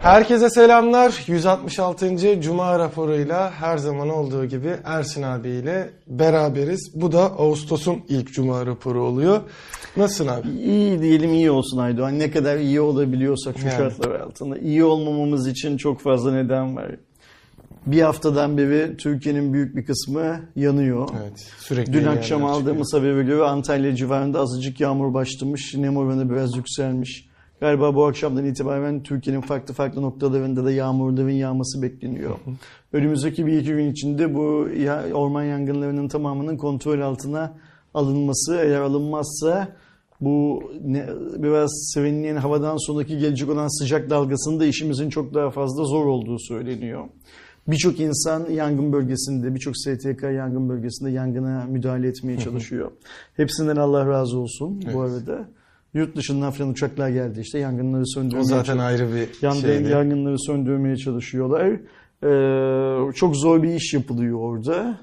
Herkese selamlar. 166. Cuma raporuyla her zaman olduğu gibi Ersin abiyle beraberiz. Bu da Ağustos'un ilk Cuma raporu oluyor. Nasılsın abi? İyi diyelim, iyi olsun Aydoğan. Ne kadar iyi olabiliyorsak şu şartlar altında. İyi olmamamız için çok fazla neden var. Bir haftadan beri Türkiye'nin büyük bir kısmı yanıyor. Evet, sürekli dün akşam aldığımız habere göre Antalya civarında azıcık yağmur başlamış. Nem oranı biraz yükselmiş. Galiba bu akşamdan itibaren Türkiye'nin farklı noktalarında da yağmurların yağması bekleniyor. Önümüzdeki bir iki gün içinde bu orman yangınlarının tamamının kontrol altına alınması, eğer alınmazsa bu biraz sevinleyen havadan sonraki gelecek olan sıcak dalgasında işimizin çok daha fazla zor olduğu söyleniyor. Birçok insan yangın bölgesinde, birçok STK yangın bölgesinde yangına müdahale etmeye çalışıyor. Hepsinden Allah razı olsun bu arada. Yurt dışından falan uçaklar geldi işte yangınları söndürmeye. O zaten ayrı bir şey. Yangınları söndürmeye çalışıyorlar. Çok zor bir iş yapılıyor orada.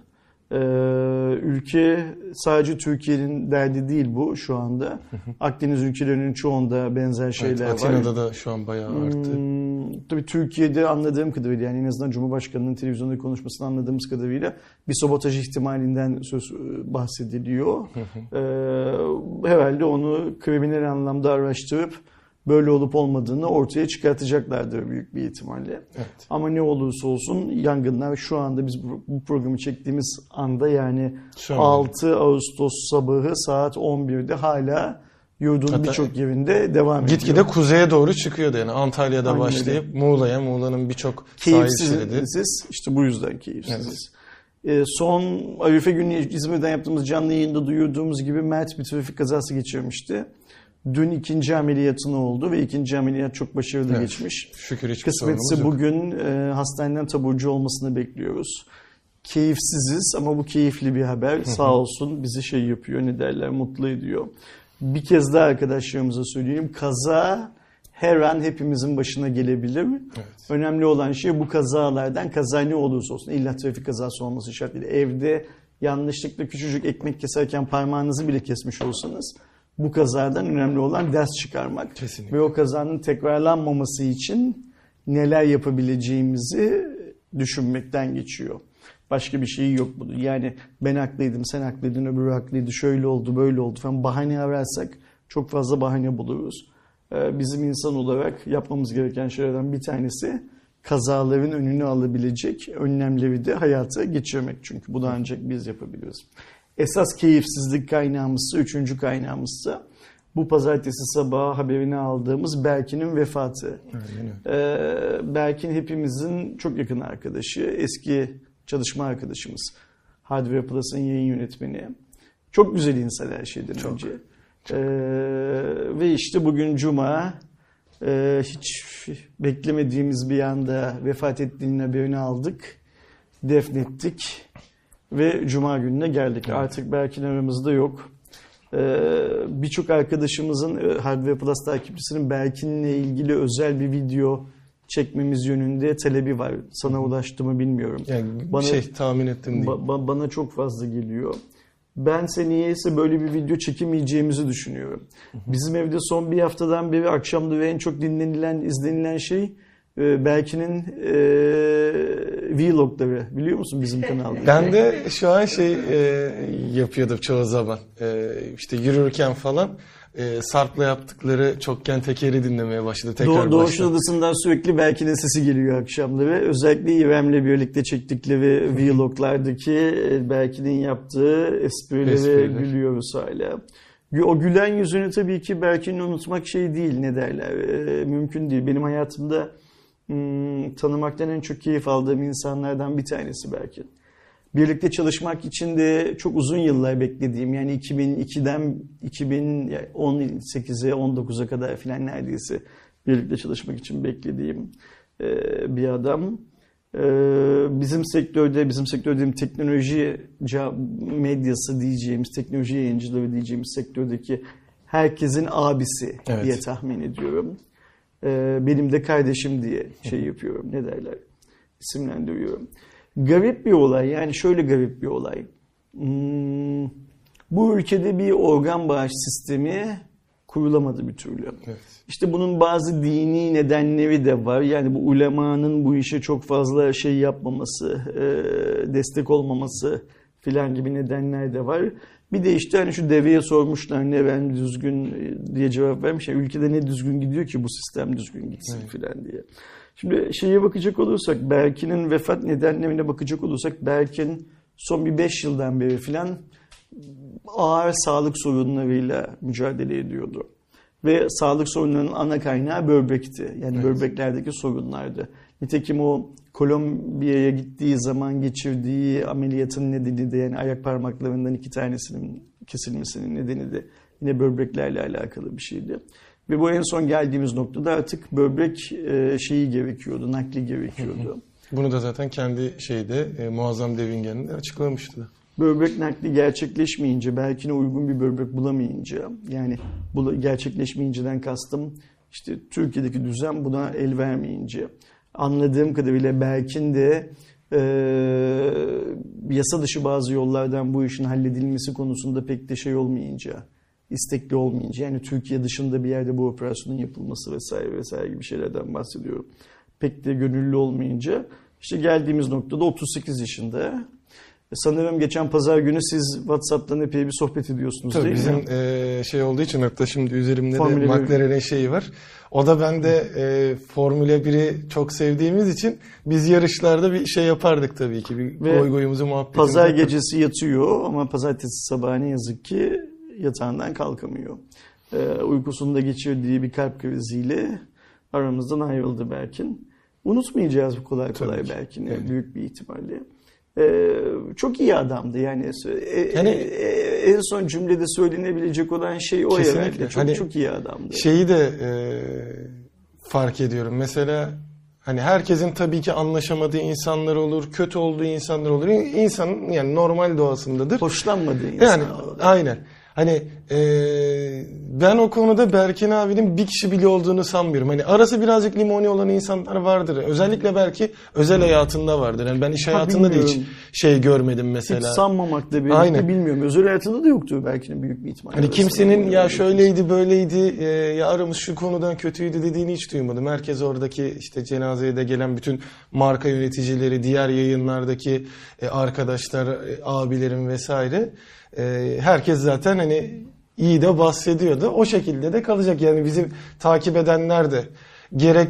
Ülke sadece Türkiye'nin derdi değil bu şu anda. Akdeniz ülkelerinin çoğunda benzer şeyler var. Atina'da da şu an bayağı arttı. Tabii Türkiye'de anladığım kadarıyla, yani en azından Cumhurbaşkanı'nın televizyonda konuşmasını anladığımız kadarıyla bir sabotaj ihtimalinden bahsediliyor. Herhalde onu kriminal anlamda araştırıp böyle olup olmadığını ortaya çıkartacaklardır büyük bir ihtimalle. Evet. Ama ne olursa olsun yangınlar şu anda biz bu programı çektiğimiz anda, yani 6 Ağustos sabahı saat 11'de hala yurdun birçok yerinde devam ediyor. Gitgide kuzeye doğru çıkıyordu, yani Antalya'da başlayıp Muğla'ya, Muğla'nın birçok sahil şeridi. İşte bu yüzden keyifsiziz. Evet. Son Arife günü İzmir'den yaptığımız canlı yayında duyurduğumuz gibi Mert bir trafik kazası geçirmişti. Dün ikinci ameliyatını oldu ve ikinci ameliyat çok başarılı geçmiş. Şükür hiçbir kısmetse bugün hastaneden taburcu olmasını bekliyoruz. Keyifsiziz ama bu keyifli bir haber. Sağ olsun bizi yapıyor, ne derler, mutlu ediyor. Bir kez daha arkadaşlarımıza söyleyeyim. Kaza her an hepimizin başına gelebilir. Evet. Önemli olan şey bu kazalardan, kaza ne olursa olsun, illa trafik kazası olması şart değil. Evde yanlışlıkla küçücük ekmek keserken parmağınızı bile kesmiş olsanız, bu kazadan önemli olan ders çıkarmak. Kesinlikle. Ve o kazanın tekrarlanmaması için neler yapabileceğimizi düşünmekten geçiyor. Başka bir şey yok bunun. Yani ben haklıydım, sen haklıydın, öbürü haklıydı, şöyle oldu, böyle oldu falan bahane ararsak çok fazla bahane buluruz. Bizim insan olarak yapmamız gereken şeylerden bir tanesi kazaların önünü alabilecek önlemleri de hayata geçirmek. Çünkü bunu ancak biz yapabiliriz. Esas keyifsizlik kaynağımızsa, üçüncü kaynağımızsa bu pazartesi sabahı haberini aldığımız Berkin'in vefatı. Berkin hepimizin çok yakın arkadaşı, eski çalışma arkadaşımız. Hardware Plus'ın yayın yönetmeni. Çok güzel insan her şeyden önce. Ve işte bugün Cuma, hiç beklemediğimiz bir anda vefat ettiğinin haberini aldık, defnettik. Ve Cuma gününe geldik. Evet. Artık Berkin aramızda yok. Birçok arkadaşımızın, Hardware Plus takipçisinin Berkin'le ilgili özel bir video çekmemiz yönünde talebi var. Sana ulaştı mı bilmiyorum. Yani tahmin ettim değil. Bana çok fazla geliyor. Ben niyeyse böyle bir video çekemeyeceğimizi düşünüyorum. Bizim evde son bir haftadan beri akşamda ve en çok izlenilen şey Berkin'in vlogları, biliyor musun bizim kanalda? Ben de şu an yapıyordum çoğu zaman. İşte yürürken falan Sarp'la yaptıkları Çokken Teker'i dinlemeye başladı. Doğuş'un odasından sürekli Berkin'in sesi geliyor akşamları. Özellikle İrem'le birlikte çektikleri vloglardaki Berkin'in yaptığı esprileri gülüyoruz hala. O gülen yüzünü tabii ki Berkin'i unutmak değil, ne derler, mümkün değil. Benim hayatımda tanımaktan en çok keyif aldığım insanlardan bir tanesi Berkin. Birlikte çalışmak için de çok uzun yıllar beklediğim, yani 2002'den 2018'e 19'a kadar falan neredeyse birlikte çalışmak için beklediğim bir adam. Bizim sektörde teknoloji medyası diyeceğimiz, teknoloji yayıncıları diyeceğimiz sektördeki herkesin abisi diye tahmin ediyorum. Benim de kardeşim diye yapıyorum, ne derler, isimlendiriyorum. Garip bir olay, yani şöyle garip bir olay. Bu ülkede bir organ bağış sistemi kurulamadı bir türlü. Evet. İşte bunun bazı dini nedenleri de var. Yani bu ulemanın bu işe çok fazla şey yapmaması, destek olmaması filan gibi nedenler de var. Bir de işte hani şu deveye sormuşlar ne ben düzgün diye cevap vermiş. Yani ülkede ne düzgün gidiyor ki bu sistem düzgün gitsin filan diye. Şimdi şeye bakacak olursak, Berkin'in vefat nedenlerine bakacak olursak, Berkin son bir 5 yıldan beri filan ağır sağlık sorunlarıyla mücadele ediyordu. Ve sağlık sorunlarının ana kaynağı böbrekti. Yani böbreklerdeki sorunlardı. Nitekim o Kolombiya'ya gittiği zaman geçirdiği ameliyatın nedeni de, yani ayak parmaklarından 2 tanesinin kesilmesinin nedeni de yine böbreklerle alakalı bir şeydi. Ve bu en son geldiğimiz noktada artık böbrek şeyi gerekiyordu, nakli gerekiyordu. Bunu da zaten kendi Muazzam Devingen'de açıklamıştı. Böbrek nakli gerçekleşmeyince, belki uygun bir böbrek bulamayınca, yani gerçekleşmeyinceden kastım işte Türkiye'deki düzen buna el vermeyince, anladığım kadarıyla Berkin de yasa dışı bazı yollardan bu işin halledilmesi konusunda pek de şey olmayınca, istekli olmayınca, yani Türkiye dışında bir yerde bu operasyonun yapılması vesaire vesaire gibi şeylerden bahsediyorum. Pek de gönüllü olmayınca işte geldiğimiz noktada 38 yaşında. Sanırım geçen pazar günü siz WhatsApp'tan epey bir sohbet ediyorsunuz. Tabii değil bizim mi? Şey olduğu için, hatta şimdi üzerimde Formula de McLaren'in şeyi var. O da ben de Formula 1'i çok sevdiğimiz için biz yarışlarda bir şey yapardık tabii ki. Bir goy goyumuzu, muhabbetimizi. Pazar gecesi yatıyor ama pazartesi sabahı ne yazık ki yatağından kalkamıyor. Uykusunda geçirdiği bir kalp kriziyle aramızdan ayrıldı Berkin. Unutmayacağız bu kolay Berkin'i, evet. Büyük bir ihtimalle. Çok iyi adamdı yani en son cümlede söylenebilecek olan şey o herhalde. Çok iyi adamdı. Şeyi de fark ediyorum. Mesela hani herkesin tabii ki anlaşamadığı insanlar olur, kötü olduğu insanlar olur. İnsanın yani normal doğasındadır. Hoşlanmadığı insanlar yani, olur. Aynen. Hani ben o konuda Berkin abinin bir kişi bile olduğunu sanmıyorum. Hani arası birazcık limoni olan insanlar vardır. Özellikle belki özel hayatında vardır. Yani ben iş hayatında da hiç şey görmedim mesela. Hiç sanmamakla birlikte bilmiyorum. Özel hayatında da yoktur Berkin'in büyük bir ihtimalle. Hani kimsenin ya şöyleydi böyleydi ya aramız şu konudan kötüydü dediğini hiç duymadım. Herkes oradaki işte cenazeye de gelen bütün marka yöneticileri, diğer yayınlardaki arkadaşlar, abilerim vesaire. Herkes zaten hani iyi de bahsediyordu. O şekilde de kalacak. Yani bizim takip edenler de gerek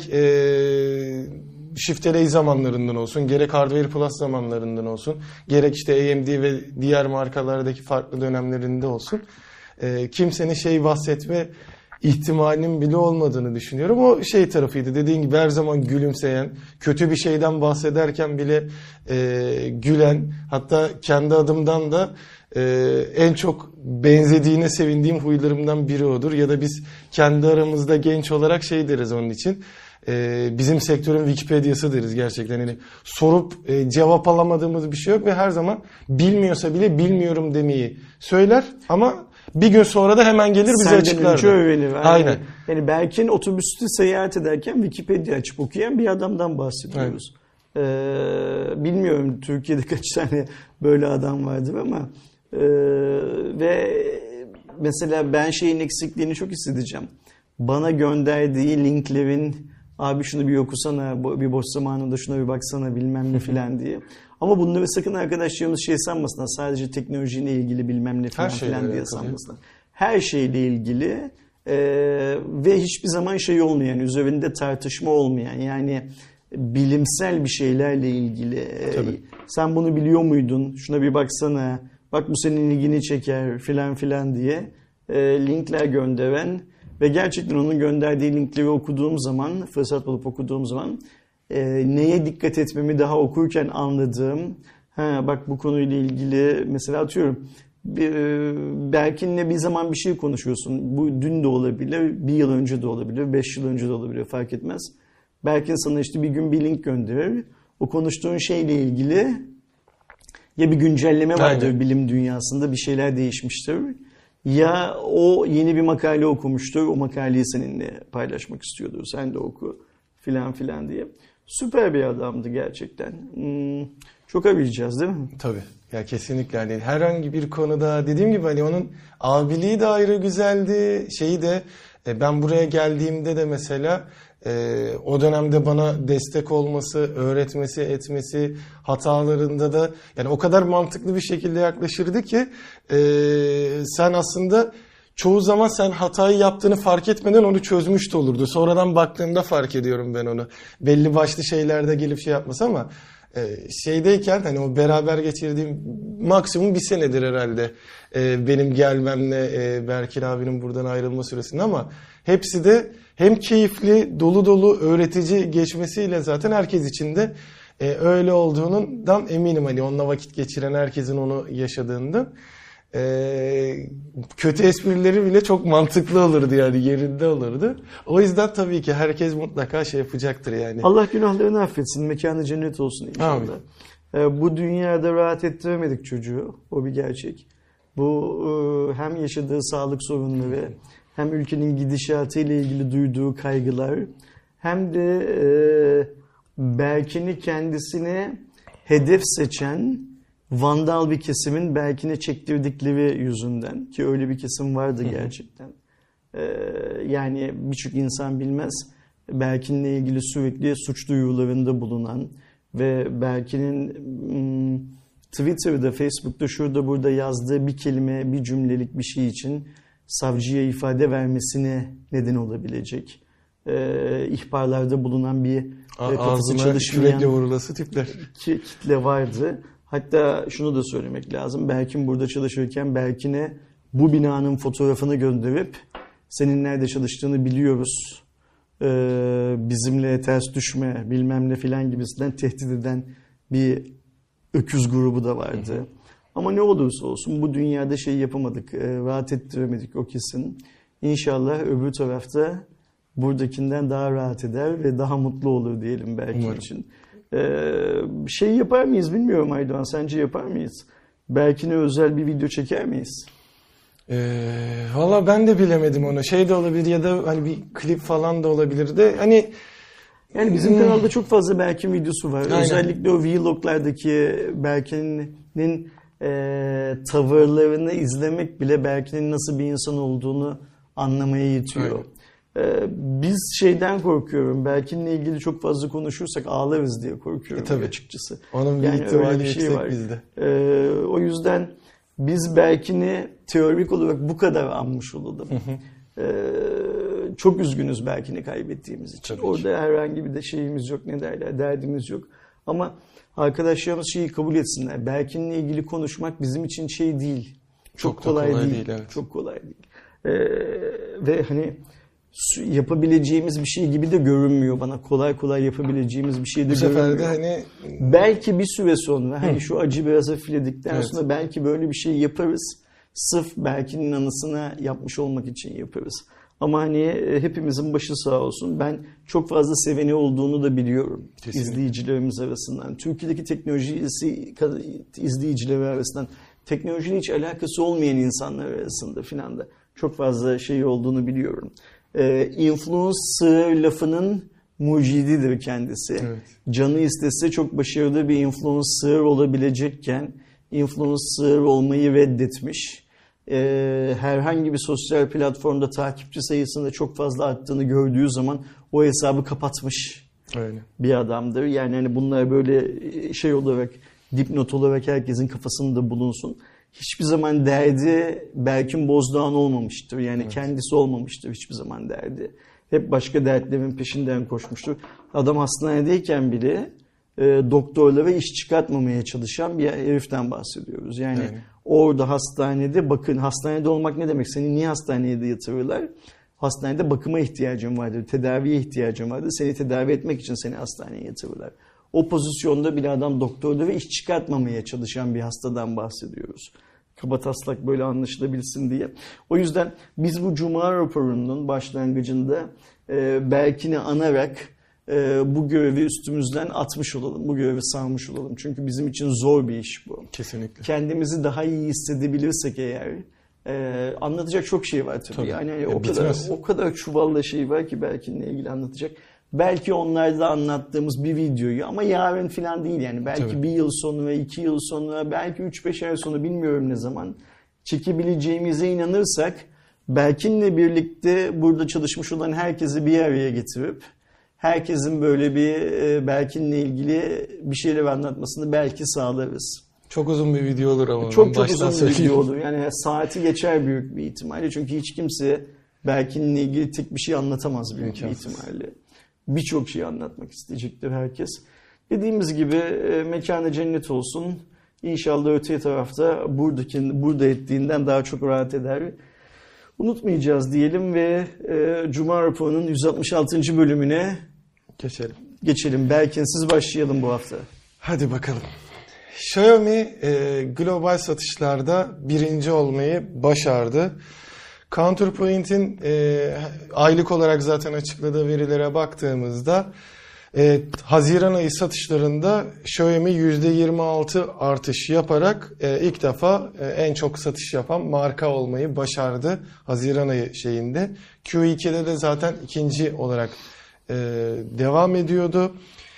Shift LA zamanlarından olsun, gerek Hardware Plus zamanlarından olsun, gerek işte AMD ve diğer markalardaki farklı dönemlerinde olsun. Kimsenin bahsetme ihtimalinin bile olmadığını düşünüyorum. O şey tarafıydı. Dediğin gibi her zaman gülümseyen, kötü bir şeyden bahsederken bile gülen, hatta kendi adımdan da en çok benzediğine sevindiğim huylarımdan biri odur. Ya da biz kendi aramızda genç olarak şey deriz onun için. Bizim sektörün Wikipedia'sı deriz gerçekten. Yani sorup cevap alamadığımız bir şey yok ve her zaman bilmiyorsa bile bilmiyorum demeyi söyler ama bir gün sonra da hemen gelir bize açıklar. Aynen. Yani Berkin otobüste seyahat ederken Wikipedia açıp okuyan bir adamdan bahsediyoruz. Bilmiyorum Türkiye'de kaç tane böyle adam vardır ama ve mesela ben şeyin eksikliğini çok hissedeceğim. Bana gönderdiği linklerin abi şunu bir okusana, bir boş zamanında şuna bir baksana bilmem ne filan diye. Ama bunları sakın arkadaşlarımız şey sanmasınlar. Sadece teknolojiyle ilgili bilmem ne filan diye sanmasınlar. Her şeyle ilgili ve hiçbir zaman şey olmayan, üzerinde tartışma olmayan, yani bilimsel bir şeylerle ilgili. Sen bunu biliyor muydun? Şuna bir baksana. Bak bu senin ilgini çeker filan diye linkler gönderen ve gerçekten onun gönderdiği linkleri okuduğum zaman, fırsat bulup okuduğum zaman neye dikkat etmemi daha okurken anladığım, bak bu konuyla ilgili mesela atıyorum Berkin'le bir zaman bir şey konuşuyorsun. Bu dün de olabilir, bir yıl önce de olabilir, 5 yıl önce de olabilir, fark etmez. Berkin sana işte bir gün bir link gönderir. O konuştuğun şeyle ilgili ya bir güncelleme vardır bilim dünyasında, bir şeyler değişmiştir. Ya o yeni bir makale okumuştur, o makaleyi seninle paylaşmak istiyordur, sen de oku filan diye. Süper bir adamdı gerçekten. Çok arayacağız değil mi? Tabii. Ya kesinlikle, hani herhangi bir konuda dediğim gibi hani onun abiliği de ayrı güzeldi. Şeyi de ben buraya geldiğimde de mesela o dönemde bana destek olması, öğretmesi, etmesi, hatalarında da yani o kadar mantıklı bir şekilde yaklaşırdı ki sen aslında çoğu zaman sen hatayı yaptığını fark etmeden onu çözmüş de olurdu. Sonradan baktığımda fark ediyorum ben onu. Belli başlı şeylerde gelip şey yapması ama şeydeyken hani o beraber geçirdiğim maksimum bir senedir herhalde benim gelmemle Berkin abinin buradan ayrılma süresinde, ama hepsi de hem keyifli, dolu dolu, öğretici geçmesiyle zaten herkes için de öyle olduğundan eminim, hani onunla vakit geçiren herkesin onu yaşadığında. Kötü esprileri bile çok mantıklı olurdu, yani yerinde olurdu. O yüzden tabii ki herkes mutlaka şey yapacaktır yani. Allah günahlarını affetsin, mekanı cennet olsun inşallah. Bu dünyada rahat ettiremedik çocuğu, o bir gerçek. Bu hem yaşadığı sağlık sorunları, hem ülkenin gidişatı ile ilgili duyduğu kaygılar, hem de Berkin'i kendisine hedef seçen vandal bir kesimin Berkin'e çektirdikleri yüzünden, ki öyle bir kesim vardı gerçekten. Yani birçok insan bilmez, Berkin'le ilgili sürekli suç duyurularında bulunan ve Berkin'in Twitter'da, Facebook'ta, şurada burada yazdığı bir kelime, bir cümlelik bir şey için savcıya ifade vermesine neden olabilecek ihbarlarda bulunan bir kafası çalışmayan vurulası tipler. Kitle vardı. Hatta şunu da söylemek lazım. Berkin burada çalışırken Berkin'e bu binanın fotoğrafını gönderip senin nerede çalıştığını biliyoruz, bizimle ters düşme bilmem ne filan gibisinden tehdit eden bir öküz grubu da vardı. Ama ne olursa olsun bu dünyada şey yapamadık, rahat ettiremedik, o kesin. İnşallah öbür tarafta buradakinden daha rahat eder ve daha mutlu olur diyelim Berkin için. Şey yapar mıyız bilmiyorum Aydoğan, sence yapar mıyız? Berkin'e özel bir video çeker miyiz? Valla ben de bilemedim onu. Şey de olabilir ya da hani bir klip falan da olabilir de hani. Yani bizim kanalda çok fazla Berkin videosu var. Aynen. Özellikle o vloglardaki Berkin'in tavırlarını izlemek bile Berkin'in nasıl bir insan olduğunu anlamaya yetiyor. Biz şeyden korkuyorum. Berkin'le ilgili çok fazla konuşursak ağlarız diye korkuyorum açıkçası. Onun bir ihtimali yüksek bizde. O yüzden biz Berkin'i teorik olarak bu kadar anmış olalım. Çok üzgünüz Berkin'i kaybettiğimiz için. Orada herhangi bir de şeyimiz yok, ne derler, derdimiz yok. Ama arkadaşlarımız şeyi kabul etsinler. Berkin'le ilgili konuşmak bizim için şey değil. Çok kolay değil. Evet. Çok kolay değil. Ve hani yapabileceğimiz bir şey gibi de görünmüyor bana. Kolay kolay yapabileceğimiz bir şey de görünmüyor. Bu sefer de hani belki bir süre sonra hani şu acı biraz hafifledikten sonra belki böyle bir şey yaparız. Sırf Berkin'in anısına yapmış olmak için yaparız. Ama hani hepimizin başı sağ olsun. Ben çok fazla seveni olduğunu da biliyorum. Kesinlikle. İzleyicilerimiz arasından. Türkiye'deki teknoloji izleyicileri arasından. Teknolojiyle hiç alakası olmayan insanlar arasında filan da çok fazla şey olduğunu biliyorum. Influencer lafının mucididir kendisi. Evet. Canı istese çok başarılı bir influencer olabilecekken influencer olmayı reddetmiş. Herhangi bir sosyal platformda takipçi sayısında çok fazla arttığını gördüğü zaman o hesabı kapatmış bir adamdır. Yani hani bunlar böyle şey olarak, dipnot olarak herkesin kafasında bulunsun. Hiçbir zaman derdi Berkin Bozdağ'ın olmamıştır. Yani kendisi olmamıştır hiçbir zaman derdi. Hep başka dertlerin peşinden koşmuştur. Adam hastanedeyken bile doktorlara iş çıkartmamaya çalışan bir heriften bahsediyoruz. Yani orada hastanede, bakın hastanede olmak ne demek? Seni niye hastaneye de yatırırlar? Hastanede bakıma ihtiyacın vardır, tedaviye ihtiyacın vardır. Seni tedavi etmek için seni hastaneye yatırırlar. O pozisyonda bile adam doktorlara iş çıkartmamaya çalışan bir hastadan bahsediyoruz. Kabataslak böyle anlaşılabilsin diye. O yüzden biz bu Cuma raporunun başlangıcında Berkin'i anarak bu görevi üstümüzden atmış olalım. Bu görevi sağmış olalım. Çünkü bizim için zor bir iş bu. Kesinlikle. Kendimizi daha iyi hissedebilirsek eğer anlatacak çok şey var tabii. Yani o kadar çuvalla şey var ki Berkin'le ilgili anlatacak. belki onlarda anlattığımız bir videoyu ama yarın falan değil yani. Belki Tabii. 1 yıl sonra, 2 yıl sonra, belki 3-5 ay sonra bilmiyorum ne zaman çekebileceğimize inanırsak Berkin'le birlikte burada çalışmış olan herkesi bir araya getirip herkesin böyle bir Berkin'le ilgili bir şeyler anlatmasını belki sağlarız. Çok uzun bir video olur ama. Çok uzun bir video olur. Yani saati geçer büyük bir ihtimalle. Çünkü hiç kimse Berkin'le ilgili tek bir şey anlatamaz büyük bir ihtimalle. Birçok şey anlatmak isteyecektir herkes. Dediğimiz gibi mekanı cennet olsun. İnşallah öte tarafta burada ettiğinden daha çok rahat eder. Unutmayacağız diyelim ve Cuma raporunun 166. bölümüne geçelim. Berkin'siz başlayalım bu hafta. Hadi bakalım. Xiaomi global satışlarda birinci olmayı başardı. Counterpoint'in aylık olarak zaten açıkladığı verilere baktığımızda Haziran ayı satışlarında Xiaomi %26 artış yaparak ilk defa en çok satış yapan marka olmayı başardı Haziran ayı şeyinde. Q2'de de zaten ikinci olarak devam ediyordu.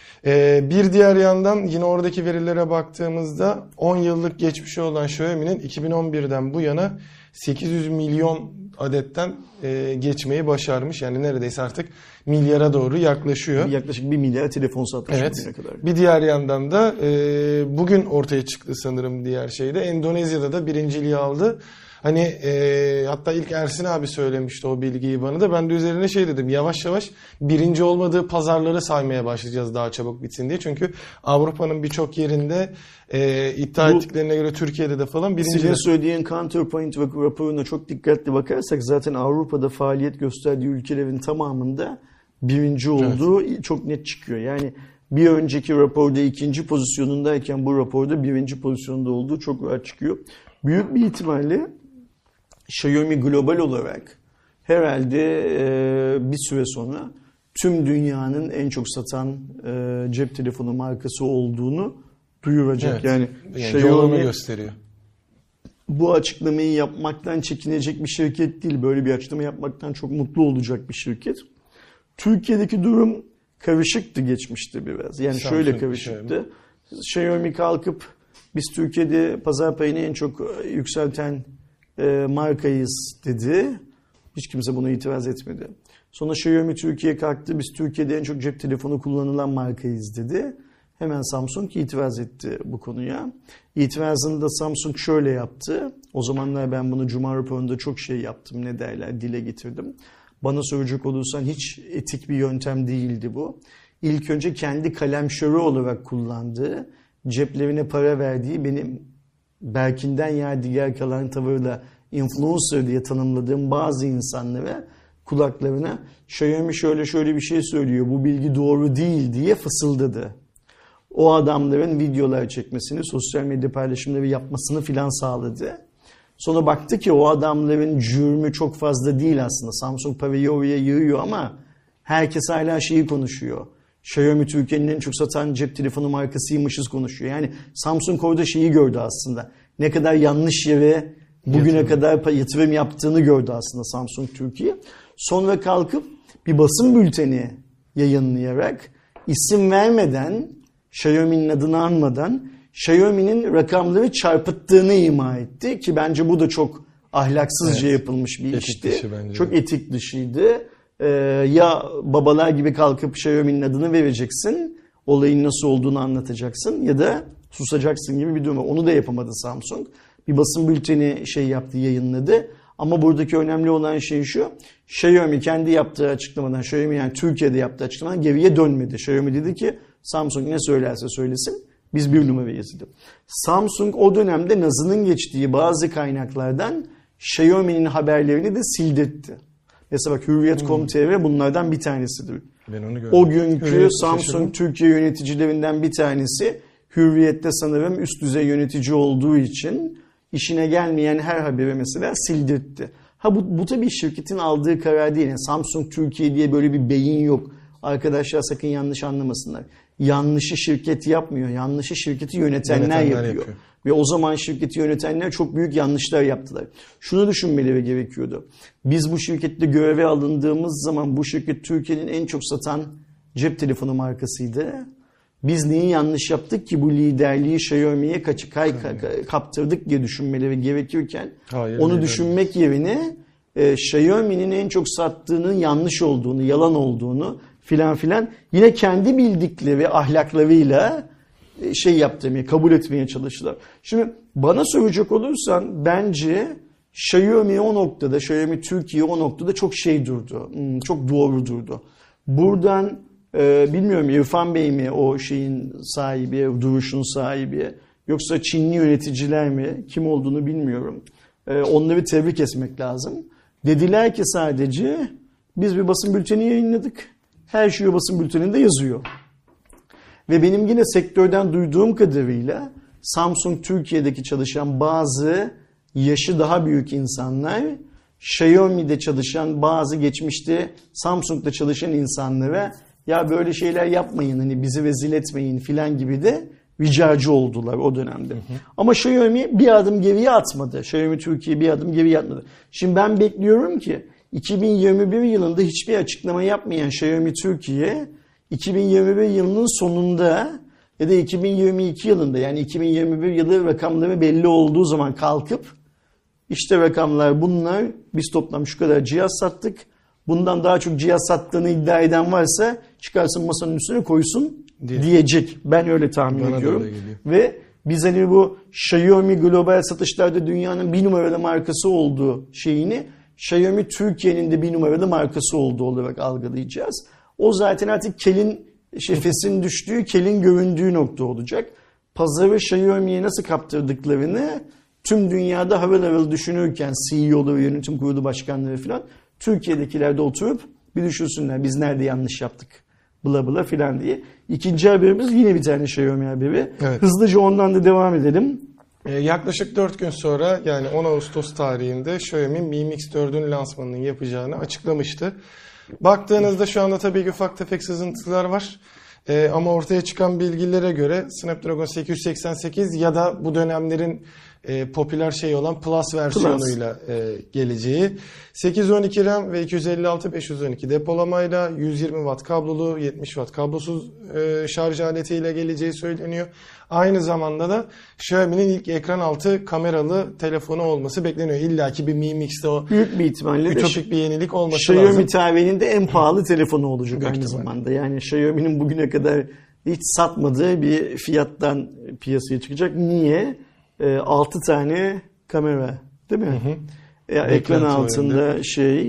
Bir diğer yandan yine oradaki verilere baktığımızda 10 yıllık geçmişi olan Xiaomi'nin 2011'den bu yana 800 milyon adetten geçmeyi başarmış. Yani neredeyse artık milyara doğru yaklaşıyor. Yaklaşık 1 milyar telefon satmış bugüne kadar. Bir diğer yandan da bugün ortaya çıktı sanırım diğer şeyde. Endonezya'da da birinciliği aldı. Hani hatta ilk Ersin abi söylemişti o bilgiyi bana da. Ben de üzerine şey dedim, yavaş yavaş birinci olmadığı pazarları saymaya başlayacağız daha çabuk bitsin diye. Çünkü Avrupa'nın birçok yerinde iddia ettiklerine göre Türkiye'de de falan birinci. Sizin söylediğin Counterpoint raporuna çok dikkatli bakarsak zaten Avrupa'da faaliyet gösterdiği ülkelerin tamamında birinci olduğu çok net çıkıyor. Yani bir önceki raporda ikinci pozisyonundayken bu raporda birinci pozisyonda olduğu çok rahat çıkıyor. Büyük bir ihtimalle Xiaomi global olarak herhalde bir süre sonra tüm dünyanın en çok satan cep telefonu markası olduğunu duyuracak. Yani Xiaomi gösteriyor. Bu açıklamayı yapmaktan çekinecek bir şirket değil. Böyle bir açıklama yapmaktan çok mutlu olacak bir şirket. Türkiye'deki durum karışıktı geçmişte biraz. Yani Samsung, şöyle karışıktı. Xiaomi kalkıp biz Türkiye'de pazar payını en çok yükselten markayız dedi. Hiç kimse buna itiraz etmedi. Sonra Xiaomi Türkiye kalktı. Biz Türkiye'de en çok cep telefonu kullanılan markayız dedi. Hemen Samsung itiraz etti bu konuya. İtirazını da Samsung şöyle yaptı. O zamanlar ben bunu Cuma raporunda çok şey yaptım. Ne derler, dile getirdim. Bana soracak olursan hiç etik bir yöntem değildi bu. İlk önce kendi kalemşörü olarak kullandığı, ceplerine para verdiği, benim Berkin'den yadigar kalan tavırla influencer diye tanımladığım bazı insanlara kulaklarına Xiaomi şöyle bir şey söylüyor, bu bilgi doğru değil diye fısıldadı. O adamların videolar çekmesini, sosyal medya paylaşımları yapmasını filan sağladı. Sonra baktı ki o adamların cürmü çok fazla değil aslında. Samsung parayı oraya yığıyor ama herkes hala şeyi konuşuyor. Xiaomi Türkiye'nin en çok satan cep telefonu markasıymışız konuşuyor. Yani Samsung orada şeyi gördü aslında. Ne kadar yanlış yere bugüne kadar yatırım yaptığını gördü aslında Samsung Türkiye. Sonra kalkıp bir basın bülteni yayınlayarak isim vermeden, Xiaomi'nin adını anmadan Xiaomi'nin rakamları çarpıttığını ima etti ki bence bu da çok ahlaksızca yapılmış bir işti. Çok etik dışıydı. Ya babalar gibi kalkıp Xiaomi'nin adını vereceksin, olayın nasıl olduğunu anlatacaksın ya da susacaksın gibi bir durum. Onu da yapamadı Samsung. Bir basın bülteni yaptı, yayınladı. Ama buradaki önemli olan şey şu. Xiaomi kendi yaptığı açıklamadan, Xiaomi yani Türkiye'de yaptığı açıklamadan geriye dönmedi. Xiaomi dedi ki Samsung ne söylerse söylesin biz bir numarayız dedi. Samsung o dönemde nazının geçtiği bazı kaynaklardan Xiaomi'nin haberlerini de sildirtti. Mesela bak Hürriyet.com.tr bunlardan bir tanesidir. Ben onu gördüm. O günkü Samsung Türkiye yöneticilerinden bir tanesi Hürriyet'te sanırım üst düzey yönetici olduğu için işine gelmeyen her haberi mesela sildirtti. Bu tabii şirketin aldığı karar değil. Yani Samsung Türkiye diye böyle bir beyin yok. Arkadaşlar sakın yanlış anlamasınlar. Yanlışı şirket yapmıyor. Yanlışı şirketi yönetenler yapıyor. Ve o zaman şirketi yönetenler çok büyük yanlışlar yaptılar. Şunu düşünmeleri gerekiyordu. Biz bu şirkette göreve alındığımız zaman bu şirket Türkiye'nin en çok satan cep telefonu markasıydı. Biz neyi yanlış yaptık ki bu liderliği Xiaomi'ye kaptırdık diye düşünmeleri gerekirken onu düşünmek yerine Xiaomi'nin en çok sattığının yanlış olduğunu, yalan olduğunu filan yine kendi bildikleri ahlaklarıyla kabul etmeye çalıştılar. Şimdi bana soracak olursan bence Xiaomi Türkiye o noktada çok durdu. Çok doğru durdu. Buradan bilmiyorum İrfan Bey mi o şeyin sahibi, duruşun sahibi yoksa Çinli yöneticiler mi, kim olduğunu bilmiyorum. Onları tebrik etmek lazım. Dediler ki sadece biz bir basın bülteni yayınladık. Her şey o basın bülteninde yazıyor. Ve benim yine sektörden duyduğum kadarıyla Samsung Türkiye'deki çalışan bazı yaşı daha büyük insanlar Xiaomi'de çalışan bazı geçmişte Samsung'da çalışan insanlara ya böyle şeyler yapmayın hani bizi rezil etmeyin filan gibi de ricacı oldular o dönemde. Ama Xiaomi bir adım geriye atmadı. Xiaomi Türkiye bir adım geriye atmadı. Şimdi ben bekliyorum ki 2021 yılında hiçbir açıklama yapmayan Xiaomi Türkiye 2021 yılının sonunda ya da 2022 yılında yani 2021 yılı rakamları belli olduğu zaman kalkıp işte rakamlar bunlar biz toplam şu kadar cihaz sattık. Bundan daha çok cihaz sattığını iddia eden varsa çıkarsın masanın üstüne koysun diyecek. Ben öyle tahmin ediyorum. Ve biz hani bu Xiaomi global satışlarda dünyanın bir numaralı markası olduğu şeyini Xiaomi Türkiye'nin de bir numaralı markası olduğu olarak algılayacağız. O zaten artık fesin düştüğü, kelin göründüğü nokta olacak. Pazarı Xiaomi'ye nasıl kaptırdıklarını tüm dünyada harıl harıl düşünürken CEO'ları, yönetim kurulu başkanları falan Türkiye'dekiler de oturup bir düşünsünler biz nerede yanlış yaptık bla bla filan diye. İkinci haberimiz yine bir tane Xiaomi haberi. Evet. Hızlıca ondan da devam edelim. Yaklaşık 4 gün sonra yani 10 Ağustos tarihinde Xiaomi Mi Mix 4'ün lansmanını yapacağını açıklamıştı. Baktığınızda şu anda tabii ki ufak tefek sızıntılar var. Ama ortaya çıkan bilgilere göre Snapdragon 888 ya da bu dönemlerin popüler olan Plus versiyonuyla geleceği. 812 RAM ve 256-512 depolamayla 120 Watt kablolu 70 Watt kablosuz şarj aletiyle geleceği söyleniyor. Aynı zamanda da Xiaomi'nin ilk ekran altı kameralı telefonu olması bekleniyor. İlla ki bir Mi Mix'te o büyük bir ihtimalle ütopik bir yenilik olması Xiaomi lazım. Xiaomi tarihinin de en pahalı telefonu olacak aynı zamanda. Yani Xiaomi'nin bugüne kadar hiç satmadığı bir fiyattan piyasaya çıkacak. Niye? 6 tane kamera değil mi? Ekran altında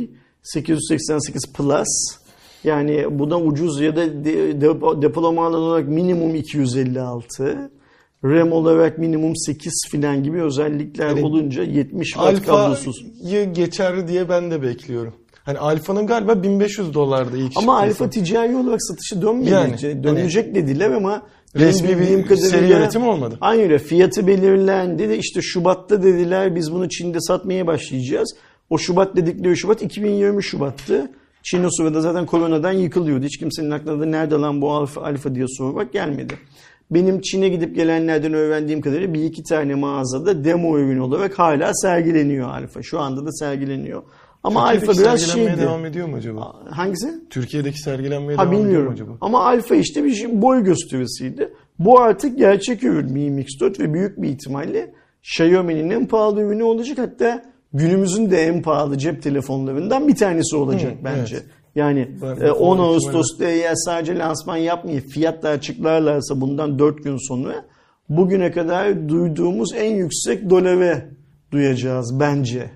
888 Plus yani buna ucuz ya da depolama alanı olarak minimum 256 RAM olarak minimum 8 filan gibi özellikler yani olunca 70 Watt kablosuz. Alfa'yı geçer diye ben de bekliyorum. Hani Alfa'nın galiba $1500'da ilk ama Alfa ticari olarak satışı dönmeyecek. Yani, dönecek dediler ama resmi bir seri üretim olmadı. Aynı öyle. Fiyatı belirlendi de işte Şubat'ta dediler biz bunu Çin'de satmaya başlayacağız. O Şubat dedikleri Şubat 2020 Şubat'tı. Çin o sırada zaten koronadan yıkılıyordu. Hiç kimsenin aklına da nerede lan bu Alfa diye sormak gelmedi. Benim Çin'e gidip gelenlerden öğrendiğim kadarıyla bir iki tane mağazada demo ürün olarak hala sergileniyor Alfa. Şu anda da sergileniyor. Ama Alfa biraz sergilenmeye devam ediyor mu acaba? Hangisi? Türkiye'deki sergilenmeye devam ediyor mu acaba? Ama Alfa işte bir boy gösterisiydi. Bu artık gerçek ürün Mi Mix 4 ve büyük bir ihtimalle Xiaomi'nin en pahalı ürünü olacak. Hatta günümüzün de en pahalı cep telefonlarından bir tanesi olacak bence. Evet. Yani 10 Ağustos'ta eğer sadece lansman yapmayıp fiyatla açıklarlarsa bundan 4 gün sonra bugüne kadar duyduğumuz en yüksek dolara duyacağız bence.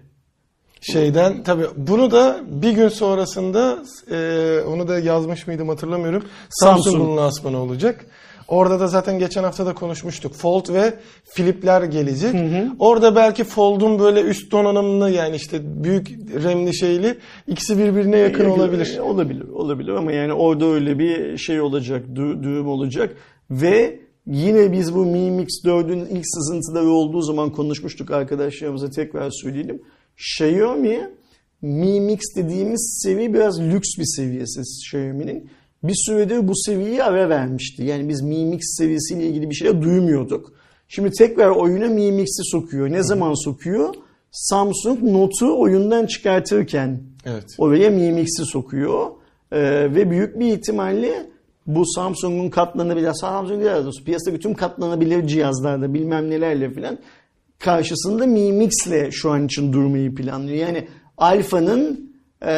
Tabii bunu da bir gün sonrasında onu da yazmış mıydım hatırlamıyorum. Samsung'un lansmanı olacak. Orada da zaten geçen hafta da konuşmuştuk. Fold ve Flip'ler gelecek. Orada belki Fold'un böyle üst donanımlı yani işte büyük RAM'li şeyli ikisi birbirine yakın olabilir. Olabilir ama yani orada öyle bir şey olacak, düğüm olacak ve yine biz bu Mi Mix 4'ün ilk sızıntıları olduğu zaman konuşmuştuk arkadaşlarımıza tekrar söyleyelim. Xiaomi Mi Mix dediğimiz seviye biraz lüks bir seviyesi Xiaomi'nin. Bir süredir bu seviyeyi ara vermişti. Yani biz Mi Mix seviyesiyle ilgili bir şey duymuyorduk. Şimdi tekrar oyuna Mi Mix'i sokuyor. Ne zaman sokuyor? Samsung Note'u oyundan çıkartırken oraya Mi Mix'i sokuyor. Ve büyük bir ihtimalle bu Samsung'un katlanabilir, Samsung değil daha doğrusu piyasadaki tüm katlanabilir cihazlarda bilmem nelerle filan karşısında Mi Mix'le şu an için durmayı planlıyor. Yani Alpha'nın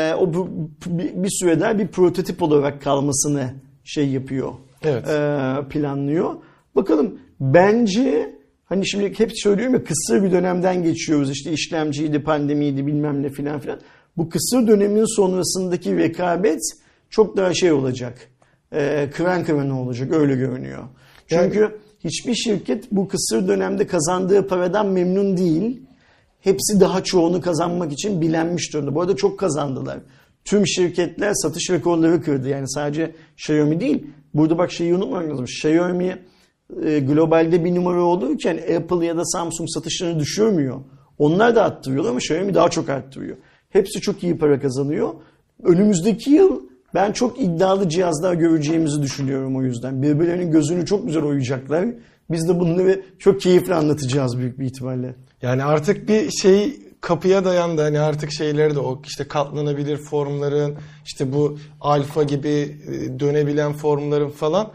bir süredir bir prototip olarak kalmasını yapıyor. Evet. Planlıyor. Bakalım, bence hani şimdi hep söylüyorum ya, kısır bir dönemden geçiyoruz. İşte işlemciydi, pandemiydi, bilmem ne filan filan. Bu kısır dönemin sonrasındaki rekabet çok daha olacak. Kıran kırana olacak, öyle görünüyor. Çünkü hiçbir şirket bu kısır dönemde kazandığı paradan memnun değil. Hepsi daha çoğunu kazanmak için bilenmiş durumda. Bu arada çok kazandılar. Tüm şirketler satış rekorları kırdı. Yani sadece Xiaomi değil. Burada bak şeyi unutmamak lazım. Xiaomi globalde bir numara olurken Apple ya da Samsung satışlarını düşürmüyor. Onlar da arttırıyorlar ama Xiaomi daha çok arttırıyor. Hepsi çok iyi para kazanıyor. Önümüzdeki yıl ben çok iddialı cihazlar göreceğimizi düşünüyorum o yüzden. Birbirlerinin gözünü çok güzel oyacaklar. Biz de bunları çok keyifli anlatacağız büyük bir ihtimalle. Yani artık bir kapıya dayandı. Hani artık şeyleri de o işte katlanabilir formların, işte bu alfa gibi dönebilen formların falan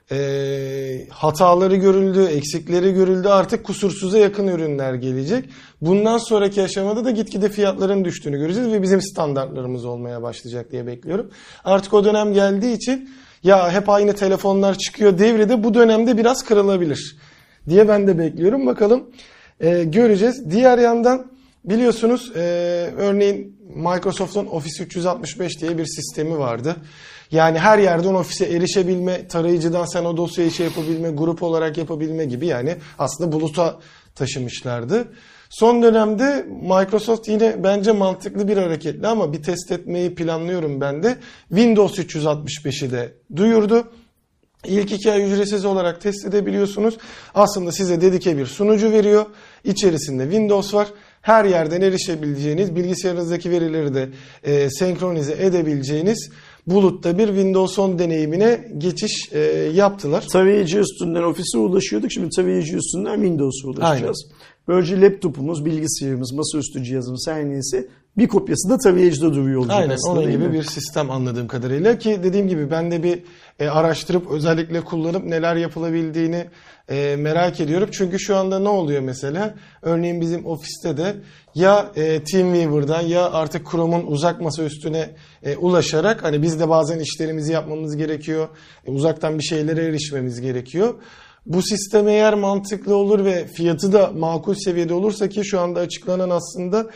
hataları görüldü, eksikleri görüldü. Artık kusursuza yakın ürünler gelecek. Bundan sonraki aşamada da gitgide fiyatların düştüğünü göreceğiz ve bizim standartlarımız olmaya başlayacak diye bekliyorum. Artık o dönem geldiği için ya hep aynı telefonlar çıkıyor devri de bu dönemde biraz kırılabilir diye ben de bekliyorum. Bakalım göreceğiz. Diğer yandan biliyorsunuz örneğin Microsoft'un Office 365 diye bir sistemi vardı. Yani her yerden ofise erişebilme, tarayıcıdan sen o dosyayı yapabilme, grup olarak yapabilme gibi, yani aslında buluta taşımışlardı. Son dönemde Microsoft yine bence mantıklı bir hareketle ama bir test etmeyi planlıyorum ben de. Windows 365'i de duyurdu. İlk 2 ay ücretsiz olarak test edebiliyorsunuz. Aslında size dedike bir sunucu veriyor. İçerisinde Windows var. Her yerden erişebileceğiniz, bilgisayarınızdaki verileri de senkronize edebileceğiniz bulutta bir Windows 10 deneyimine geçiş yaptılar. Tarayıcı üstünden ofise ulaşıyorduk. Şimdi tarayıcı üstünden Windows'a ulaşacağız. Aynen. Böylece laptopumuz, bilgisayarımız, masaüstü cihazımız her neyse bir kopyası da tarayıcıda duruyor olacak. Aynen, onun gibi bir sistem anladığım kadarıyla, ki dediğim gibi ben de bir araştırıp özellikle kullanıp neler yapılabildiğini merak ediyorum. Çünkü şu anda ne oluyor mesela? Örneğin bizim ofiste de ya TeamViewer'dan ya artık Chrome'un uzak masa üstüne ulaşarak, hani biz de bazen işlerimizi yapmamız gerekiyor. Uzaktan bir şeylere erişmemiz gerekiyor. Bu sistem eğer mantıklı olur ve fiyatı da makul seviyede olursa, ki şu anda açıklanan aslında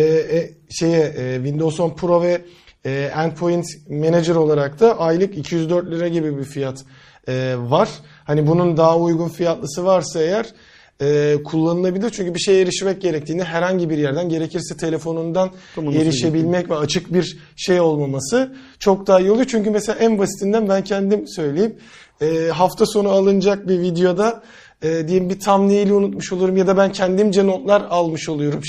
Windows 10 Pro ve Endpoint Manager olarak da aylık 204 lira gibi bir fiyat var. Hani bunun daha uygun fiyatlısı varsa eğer kullanılabilir. Çünkü bir şeye erişmek gerektiğinde herhangi bir yerden, gerekirse telefonundan erişebilmek ve açık bir şey olmaması çok daha iyi oluyor. Çünkü mesela en basitinden ben kendim söyleyeyim. Hafta sonu alınacak bir videoda diyelim bir thumbnail'i unutmuş olurum ya da ben kendimce notlar almış oluyorum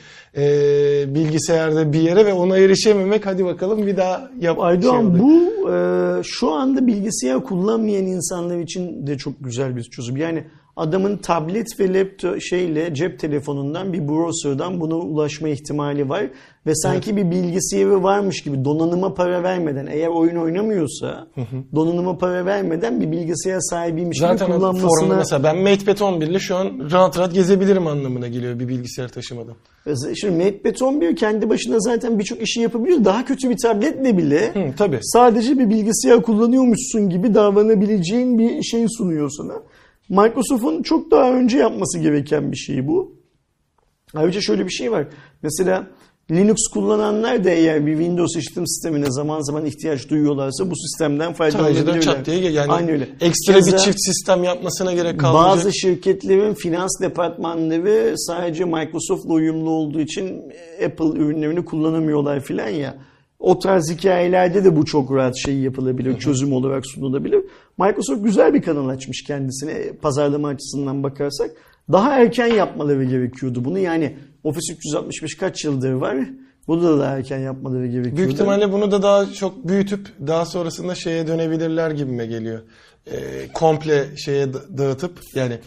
bilgisayarda bir yere ve ona erişememek, hadi bakalım bir daha yap. Aydoğan, bu şu anda bilgisayar kullanmayan insanlar için de çok güzel bir çözüm. Yani adamın tablet ve laptop cep telefonundan bir browser'dan buna ulaşma ihtimali var ve sanki bir bilgisayarı varmış gibi donanıma para vermeden, eğer oyun oynamıyorsa donanıma para vermeden bir bilgisayar sahibiymiş gibi kullanmasına. Zaten mesela ben MatePad 11 ile şu an rahat rahat gezebilirim anlamına geliyor bir bilgisayar taşımadan. Şimdi MatePad 11 kendi başına zaten birçok işi yapabiliyor. Daha kötü bir tabletle bile tabii. Sadece bir bilgisayar kullanıyormuşsun gibi davranabileceğin bir şey sunuyor sana. Microsoft'un çok daha önce yapması gereken bir şey bu. Ayrıca şöyle bir şey var. Mesela Linux kullananlar da eğer bir Windows işletim sistemine zaman zaman ihtiyaç duyuyorlarsa bu sistemden faydalanabilirler. Çat diye, yani aynı öyle. Ekstra bir çift sistem yapmasına gerek kalmayacak. Bazı şirketlerin finans departmanları sadece Microsoft'la uyumlu olduğu için Apple ürünlerini kullanamıyorlar filan ya. O tarz hikayelerde de bu çok rahat yapılabilir, çözüm olarak sunulabilir. Microsoft güzel bir kanal açmış kendisine pazarlama açısından bakarsak. Daha erken yapmaları gerekiyordu bunu. Yani Office 365 kaç yıldır var? Bunu da daha erken yapmaları gerekiyordu. Büyük ihtimalle bunu da daha çok büyütüp daha sonrasında dönebilirler gibime geliyor. Komple dağıtıp, yani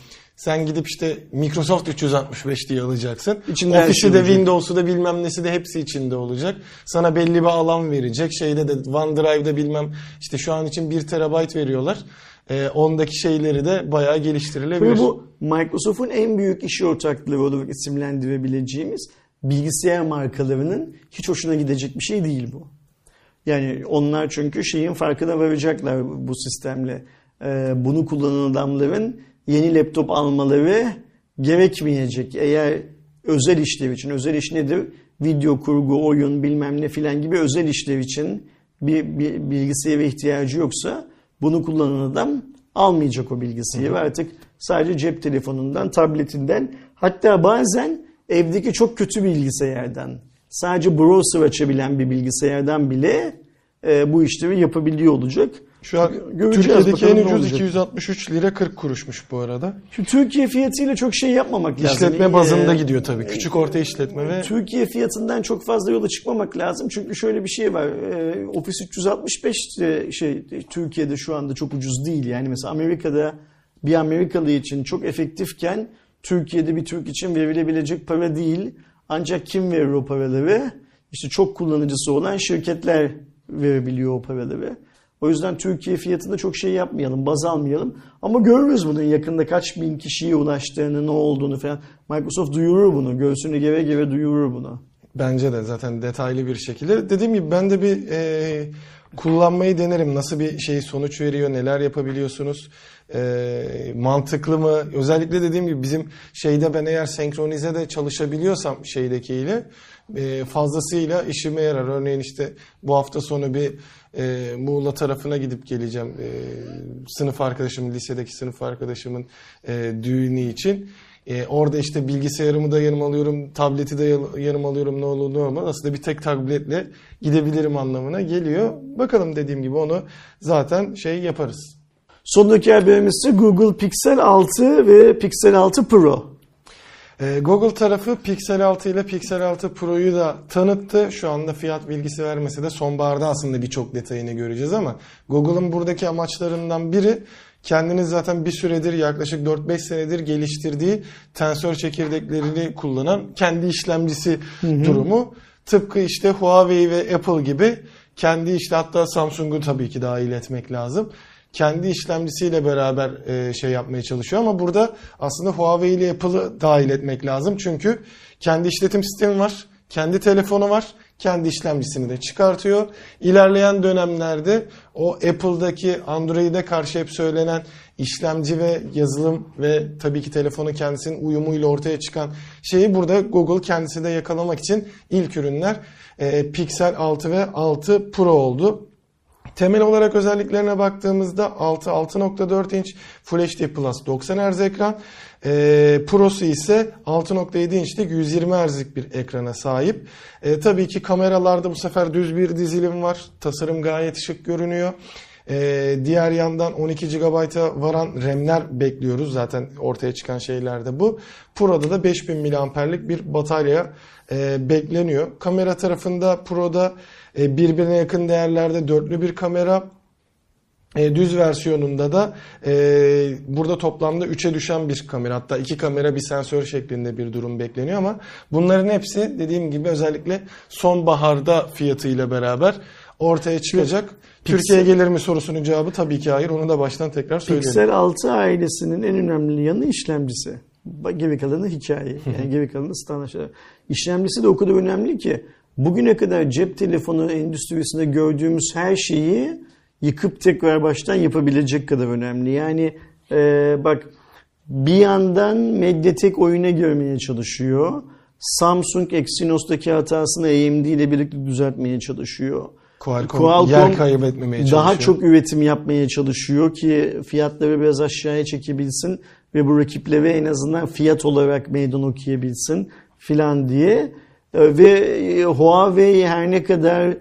Sen gidip işte Microsoft 365 diye alacaksın. İçinde her Office'i şey de olacak. Windows'u da bilmem nesi de hepsi içinde olacak. Sana belli bir alan verecek. Şeyde de OneDrive'da bilmem işte şu an için 1 TB veriyorlar. Ondaki şeyleri de bayağı geliştirilebilir. Ve bu Microsoft'un en büyük iş ortaklığı olarak isimlendirebileceğimiz bilgisayar markalarının hiç hoşuna gidecek bir şey değil bu. Yani onlar çünkü şeyin farkına varacaklar bu sistemle. Bunu kullanan adamların yeni laptop almaları gerekmeyecek. Eğer özel işler için, özel iş nedir? Video kurgu, oyun bilmem ne filan gibi özel işler için bir bilgisayara ihtiyacı yoksa bunu kullanan adam almayacak o bilgisayarı. Artık sadece cep telefonundan, tabletinden, hatta bazen evdeki çok kötü bilgisayardan, sadece browser açabilen bir bilgisayardan bile bu işleri yapabiliyor olacak. Şu an Göreceğiz, Türkiye'deki en bakalım ne ucuz olacak. 263 lira 40 kuruşmuş bu arada. Şu Türkiye fiyatıyla çok şey yapmamak lazım. İşletme bazında gidiyor tabii. Küçük orta işletme ve Türkiye fiyatından çok fazla yola çıkmamak lazım. Çünkü şöyle bir şey var. Office 365 Türkiye'de şu anda çok ucuz değil. Yani mesela Amerika'da bir Amerikalı için çok efektifken Türkiye'de bir Türk için verilebilecek para değil. Ancak kim verir o paraları? İşte çok kullanıcısı olan şirketler verebiliyor o paraları. O yüzden Türkiye fiyatında çok şey yapmayalım, baz almayalım. Ama görürüz bunun yakında kaç bin kişiye ulaştığını, ne olduğunu falan. Microsoft duyurur bunu, göğsünü geve geve duyurur bunu. bence de zaten detaylı bir şekilde. Dediğim gibi ben de bir kullanmayı denerim. Nasıl bir şey sonuç veriyor, neler yapabiliyorsunuz, mantıklı mı? Özellikle dediğim gibi bizim şeyde ben eğer senkronize de çalışabiliyorsam şeydekiyle fazlasıyla işime yarar. Örneğin işte bu hafta sonu bir Muğla tarafına gidip geleceğim. Sınıf arkadaşımın, lisedeki sınıf arkadaşımın düğünü için. Orada işte bilgisayarımı da yanıma alıyorum, tableti de yanıma alıyorum, ne olur ne olmaz. Aslında bir tek tabletle gidebilirim anlamına geliyor. Bakalım, dediğim gibi onu zaten yaparız. Sondaki haberimiz ise Google Pixel 6 ve Pixel 6 Pro. Google tarafı Pixel 6 ile Pixel 6 Pro'yu da tanıttı. Şu anda fiyat bilgisi vermese de sonbaharda aslında birçok detayını göreceğiz ama Google'ın buradaki amaçlarından biri, kendiniz zaten bir süredir, yaklaşık 4-5 senedir geliştirdiği tensör çekirdeklerini kullanan kendi işlemcisi durumu. Tıpkı işte Huawei ve Apple gibi kendi hatta Samsung'u tabii ki dahil etmek lazım. Kendi işlemcisiyle beraber yapmaya çalışıyor ama burada aslında Huawei ile Apple'ı dahil etmek lazım. Çünkü kendi işletim sistemi var, kendi telefonu var, kendi işlemcisini de çıkartıyor. İlerleyen dönemlerde o Apple'daki Android'e karşı hep söylenen işlemci ve yazılım ve tabii ki telefonun kendisinin uyumuyla ortaya çıkan şeyi burada Google kendisi de yakalamak için ilk ürünler Pixel 6 ve 6 Pro oldu. Temel olarak özelliklerine baktığımızda 6.4 inç Full HD Plus 90 Hz ekran. Pro'su ise 6.7 inçlik 120 Hz'lik bir ekrana sahip. Tabii ki kameralarda bu sefer düz bir dizilim var. Tasarım gayet şık görünüyor. Diğer yandan 12 GB'a varan RAM'ler bekliyoruz. Zaten ortaya çıkan şeyler de bu. Pro'da da 5000 mAh'lik bir batarya bekleniyor. Kamera tarafında Pro'da birbirine yakın değerlerde dörtlü bir kamera. Düz versiyonunda da burada toplamda 3'e düşen bir kamera, hatta 2 kamera bir sensör şeklinde bir durum bekleniyor ama bunların hepsi dediğim gibi özellikle sonbaharda fiyatıyla beraber ortaya çıkacak. Türkiye'ye gelir mi sorusunun cevabı tabii ki hayır. Onu da baştan tekrar söyleyelim. Pixel 6 ailesinin en önemli yanı işlemcisi. Geri kalanı hikaye. Yani geri kalanı standart. İşlemcisi de o kadar önemli ki bugüne kadar cep telefonu endüstrisinde gördüğümüz her şeyi yıkıp tekrar baştan yapabilecek kadar önemli. Yani bak, bir yandan Mediatek oyuna girmeye çalışıyor. Samsung Exynos'taki hatasını AMD ile birlikte düzeltmeye çalışıyor. Qualcomm yer kaybetmemeye çalışıyor. Daha çok üretim yapmaya çalışıyor ki fiyatları biraz aşağıya çekebilsin ve bu rakiplere en azından fiyat olarak meydan okuyabilsin filan diye. Ve Huawei her ne kadar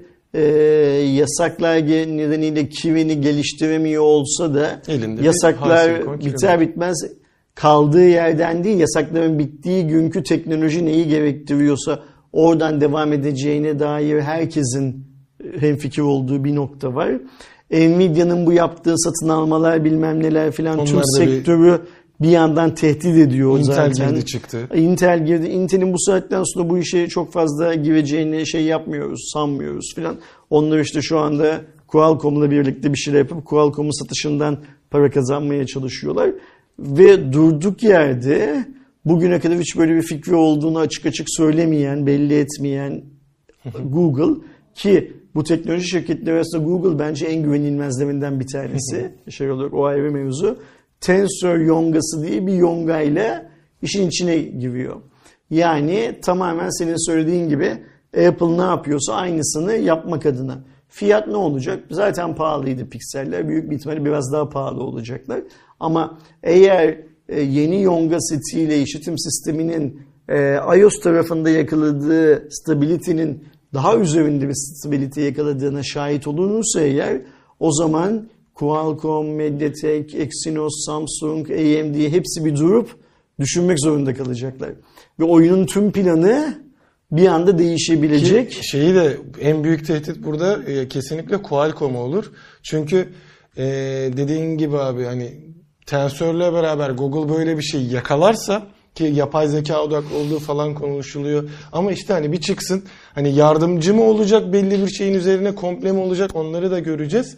yasaklar nedeniyle Kirin'i geliştiremiyor olsa da yasaklar biter bitmez kaldığı yerden değil, yasakların bittiği günkü teknoloji neyi gerektiriyorsa oradan devam edeceğine dair herkesin hemfikir olduğu bir nokta var. Nvidia'nın bu yaptığı satın almalar bilmem neler filan tüm sektörü bir yandan tehdit ediyor zaten. Intel girdi çıktı. Intel girdi. Intel'in bu saatten sonra bu işe çok fazla gireceğini yapmıyoruz, sanmıyoruz filan. Onlar işte şu anda Qualcomm'la birlikte bir şeyler yapıp Qualcomm'un satışından para kazanmaya çalışıyorlar. Ve durduk yerde bugüne kadar hiç böyle bir fikri olduğunu açık açık söylemeyen, belli etmeyen Google, ki bu teknoloji şirketleri arasında Google bence en güvenilmezlerinden bir tanesi. Olarak o ayrı mevzu. Tensor yongası diye bir yongayla işin içine giriyor. Yani tamamen senin söylediğin gibi Apple ne yapıyorsa aynısını yapmak adına. Fiyat ne olacak? Zaten pahalıydı pikseller. Büyük bir ihtimalle biraz daha pahalı olacaklar. Ama eğer yeni yonga setiyle işletim sisteminin iOS tarafında yakaladığı stability'nin daha üzerinde bir stability yakaladığına şahit olunursa eğer, o zaman Qualcomm, MediaTek, Exynos, Samsung, AMD hepsi bir durup düşünmek zorunda kalacaklar. Ve oyunun tüm planı bir anda değişebilecek. Ki şeyi de en büyük tehdit burada kesinlikle Qualcomm olur. Çünkü dediğin gibi abi, hani tensörle beraber Google böyle bir şey yakalarsa, ki yapay zeka odaklı olduğu falan konuşuluyor. Ama işte hani bir çıksın, hani yardımcı mı olacak belli bir şeyin üzerine, komple mi olacak, onları da göreceğiz.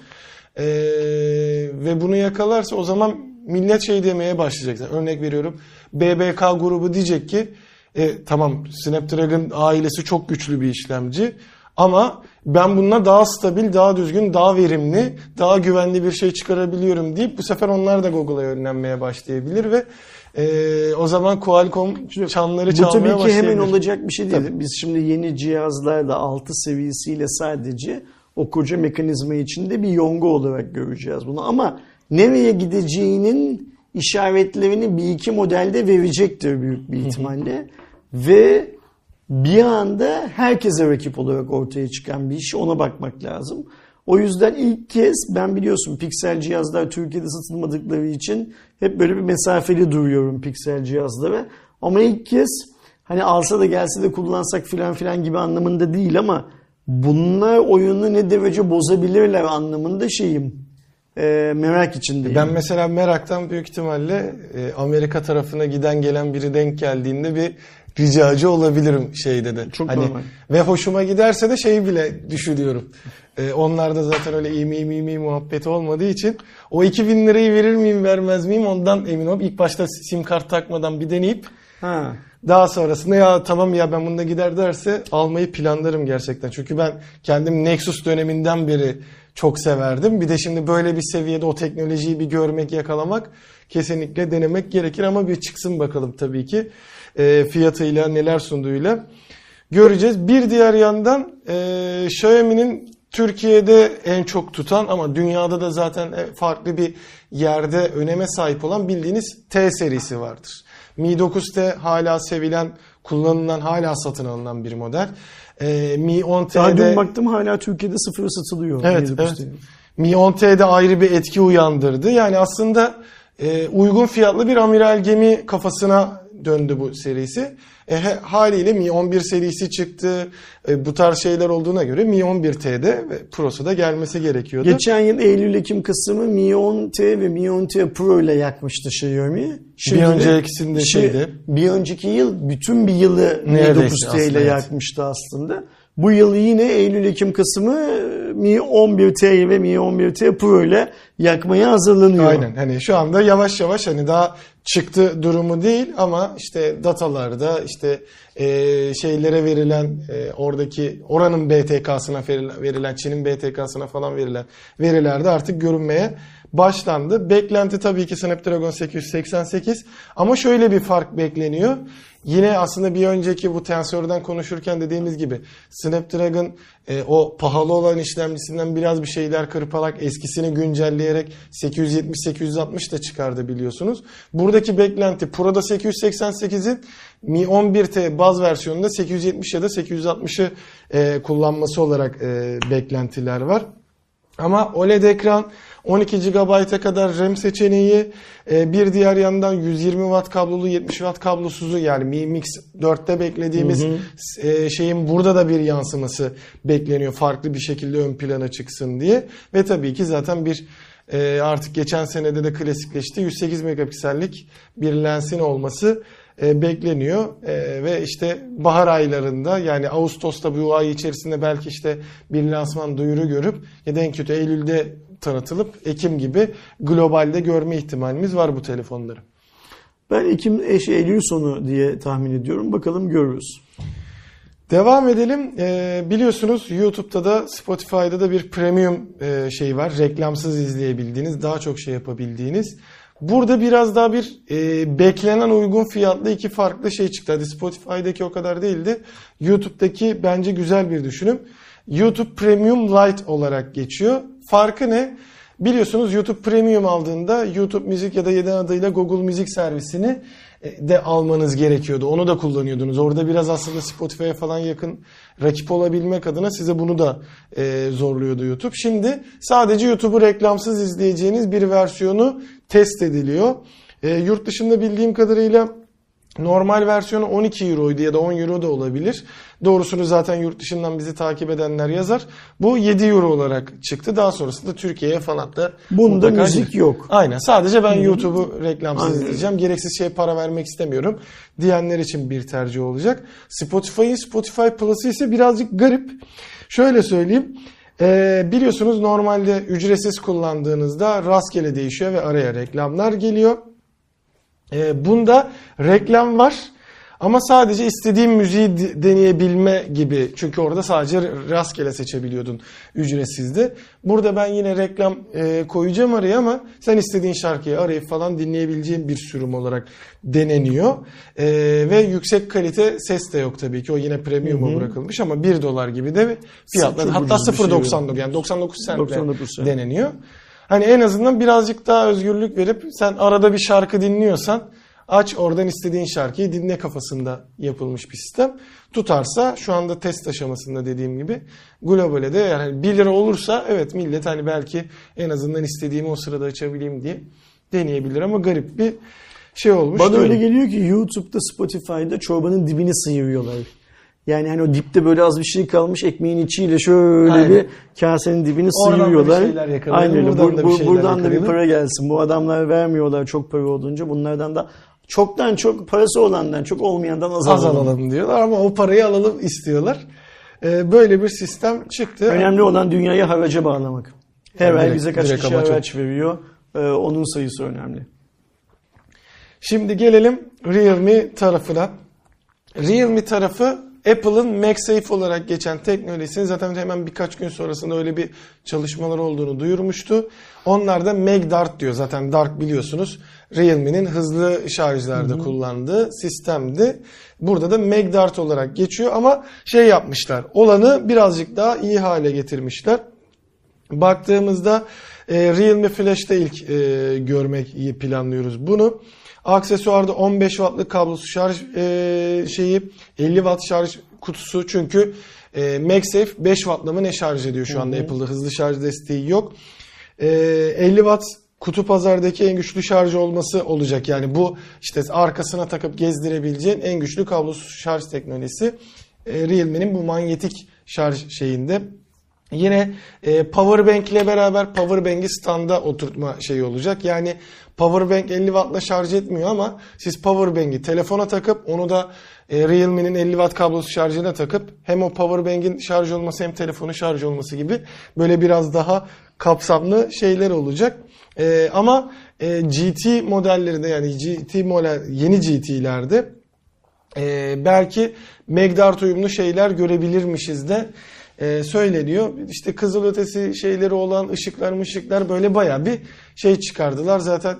Ve bunu yakalarsa o zaman millet şey demeye başlayacak. Örnek veriyorum, BBK grubu diyecek ki tamam, Snapdragon ailesi çok güçlü bir işlemci ama ben bununla daha stabil, daha düzgün, daha verimli, daha güvenli bir şey çıkarabiliyorum deyip bu sefer onlar da Google'a yönlenmeye başlayabilir ve o zaman Qualcomm çanları çalmaya başlayabilir. Bu tabii ki hemen olacak bir şey değil. Tabii. Biz şimdi yeni cihazlarda 6 seviyesiyle sadece o koca mekanizma içinde bir yonga olarak göreceğiz bunu. Ama nereye gideceğinin işaretlerini bir iki modelde verecektir büyük bir ihtimalle. Ve bir anda herkese rakip olarak ortaya çıkan bir iş, ona bakmak lazım. O yüzden ilk kez, ben biliyorsun Pixel cihazlar Türkiye'de satılmadıkları için hep böyle bir mesafeli duruyorum Pixel cihazlara. Ama ilk kez hani alsa da gelse de kullansak filan filan gibi anlamında değil, ama bunlar oyunu ne derece bozabilirler anlamında merak içindeyim. Ben mesela meraktan büyük ihtimalle Amerika tarafına giden gelen biri denk geldiğinde bir ricacı olabilirim şeyde de. Çok hani, normal. ve hoşuma giderse de şeyi bile düşünüyorum. Onlarda zaten öyle iyi muhabbeti olmadığı için o 2000 lirayı verir miyim vermez miyim ondan emin olup ilk başta sim kart takmadan bir deneyip daha sonrasında ya tamam ya ben bunda gider derse almayı planlarım gerçekten. Çünkü ben kendim Nexus döneminden beri çok severdim. Bir de şimdi böyle bir seviyede o teknolojiyi bir görmek, yakalamak, kesinlikle denemek gerekir ama bir çıksın bakalım tabii ki. Fiyatıyla, neler sunduğuyla göreceğiz. Bir diğer yandan Xiaomi'nin Türkiye'de en çok tutan ama dünyada da zaten farklı bir yerde öneme sahip olan bildiğiniz T serisi vardır. Mi 9T hala sevilen, kullanılan, hala satın alınan bir model. Mi 10T'de... Daha dün baktım hala Türkiye'de sıfır satılıyor. Evet, evet. Mi 10T'de ayrı bir etki uyandırdı. Yani aslında uygun fiyatlı bir amiral gemi kafasına döndü bu serisi. Haliyle Mi 11 serisi çıktı. Bu tarz şeyler olduğuna göre Mi 11T'de ve Pro'su da gelmesi gerekiyordu. Geçen yıl Eylül, Ekim, Kasım'ı Mi 10T ve Mi 10T Pro ile yakmıştı Xiaomi. Bir öncekisinde şeydi. Bir önceki yıl bütün bir yılı Mi 9T ile yakmıştı aslında. Bu yıl yine Eylül, Ekim, Kasım'ı Mi 11T ve Mi 11T Pro ile yakmaya hazırlanıyor. Aynen. Hani şu anda yavaş yavaş, hani daha çıktı durumu değil ama işte datalarda, işte şeylere verilen oranın BTK'sına verilen, Çin'in BTK'sına falan verilen verilerde artık görünmeye başlandı. Beklenti tabii ki Snapdragon 888 ama şöyle bir fark bekleniyor. Yine aslında bir önceki bu tensörden konuşurken dediğimiz gibi Snapdragon o pahalı olan işlemcisinden biraz bir şeyler kırparak eskisini güncelleyerek 870-860 da çıkardı biliyorsunuz. Buradaki beklenti Pro'da 888'in Mi 11T baz versiyonunda 870 ya da 860'ı kullanması olarak beklentiler var. Ama OLED ekran, 12 GB'a kadar RAM seçeneği, bir diğer yandan 120 Watt kablolu, 70 Watt kablosuzu, yani Mi Mix 4'te beklediğimiz şeyin burada da bir yansıması bekleniyor. Farklı bir şekilde ön plana çıksın diye. Ve tabii ki zaten bir Artık geçen senede de klasikleşti. 108 megapiksellik bir lensin olması bekleniyor. Ve işte bahar aylarında, yani Ağustos'ta bu ay içerisinde belki işte bir lansman duyuru görüp ya da en kötü Eylül'de tanıtılıp Ekim gibi globalde görme ihtimalimiz var bu telefonları. Ben Eylül sonu diye tahmin ediyorum. Bakalım görürüz. Devam edelim. Biliyorsunuz YouTube'da da Spotify'da da bir premium şey var. Reklamsız izleyebildiğiniz, daha çok şey yapabildiğiniz. Burada biraz daha bir beklenen uygun fiyatlı iki farklı şey çıktı. Hadi Spotify'daki o kadar değildi. YouTube'daki bence güzel bir düşünüm. YouTube Premium Lite olarak geçiyor. Farkı ne? Biliyorsunuz YouTube Premium aldığında YouTube Müzik ya da yeni adıyla Google Müzik servisini de almanız gerekiyordu. Onu da kullanıyordunuz. Orada biraz aslında Spotify'a falan yakın rakip olabilmek adına size bunu da zorluyordu YouTube. Şimdi sadece YouTube'u reklamsız izleyeceğiniz bir versiyonu test ediliyor. Yurt dışında bildiğim kadarıyla normal versiyonu 12 euroydu ya da 10 euro da olabilir. Doğrusunu zaten yurt dışından bizi takip edenler yazar. Bu 7 euro olarak çıktı. Daha sonrasında Türkiye'ye falan da bunda müzik yok. Aynen. Sadece ben YouTube'u reklamsız izleyeceğim. Gereksiz şeye para vermek istemiyorum diyenler için bir tercih olacak. Spotify Plus'ı ise birazcık garip. Şöyle söyleyeyim. Biliyorsunuz normalde ücretsiz kullandığınızda rastgele değişiyor ve araya reklamlar geliyor. Bunda reklam var ama sadece istediğin müziği deneyebilme gibi. Çünkü orada sadece rastgele seçebiliyordun ücretsizde. Burada ben yine reklam koyacağım araya ama sen istediğin şarkıyı arayıp falan dinleyebileceğin bir sürüm olarak deneniyor. Ve yüksek kalite ses de yok tabii ki. O yine premium'a bırakılmış ama $1 gibi de fiyatlar. Hatta 0.99 yani 99 cent'le deneniyor. Hani en azından birazcık daha özgürlük verip sen arada bir şarkı dinliyorsan aç oradan istediğin şarkıyı dinle kafasında yapılmış bir sistem. Tutarsa şu anda test aşamasında dediğim gibi globale de yani 1 lira olursa evet millet hani belki en azından istediğimi o sırada açabileyim diye deneyebilir ama garip bir şey olmuş. Bana öyle geliyor ki YouTube'da, Spotify'da çorbanın dibini sıyırıyorlar. Yani hani o dipte böyle az bir şey kalmış ekmeğin içiyle şöyle aynen. Bir kasenin dibini sıyırıyorlar. Aynen öyle. Buradan da bir para gelsin. Bu adamlar vermiyorlar çok para olduğunca. Bunlardan da çoktan çok parası olandan çok olmayandan az alalım diyorlar ama o parayı alalım istiyorlar. Böyle bir sistem çıktı. Önemli olan dünyayı haraca bağlamak. Her ay bize kaç kişi haraç veriyor. Onun sayısı önemli. Şimdi gelelim Realme tarafına. Realme tarafı Apple'ın MagSafe olarak geçen teknolojisini zaten hemen birkaç gün sonrasında öyle bir çalışmalar olduğunu duyurmuştu. Onlar da MagDart diyor. Zaten Dart biliyorsunuz Realme'nin hızlı şarjlarda kullandığı sistemdi. Burada da MagDart olarak geçiyor ama şey yapmışlar. Olanı birazcık daha iyi hale getirmişler. Baktığımızda Realme Flash'ta ilk görmek planlıyoruz bunu. Aksesuarda 15 wattlık kablosuz şarj 50 watt şarj kutusu çünkü MagSafe 5 wattla mı ne şarj ediyor şu anda Apple'da hızlı şarj desteği yok. 50 watt kutu pazardaki en güçlü şarj olması olacak. Yani bu işte arkasına takıp gezdirebileceğin en güçlü kablosuz şarj teknolojisi Realme'nin bu manyetik şarj şeyinde. Yine Powerbank ile beraber Powerbank'i standa oturtma şeyi olacak. Yani Powerbank 50 wattla şarj etmiyor ama siz Powerbank'i telefona takıp onu da Realme'nin 50 watt kablosuz şarjına takıp hem o Powerbank'in şarj olması hem telefonun şarj olması gibi böyle biraz daha kapsamlı şeyler olacak. Ama GT modellerinde yani yeni GT'lerde belki MagDart uyumlu şeyler görebilirmişiz de söyleniyor. İşte kızılötesi şeyleri olan ışıklar böyle bayağı bir şey çıkardılar. Zaten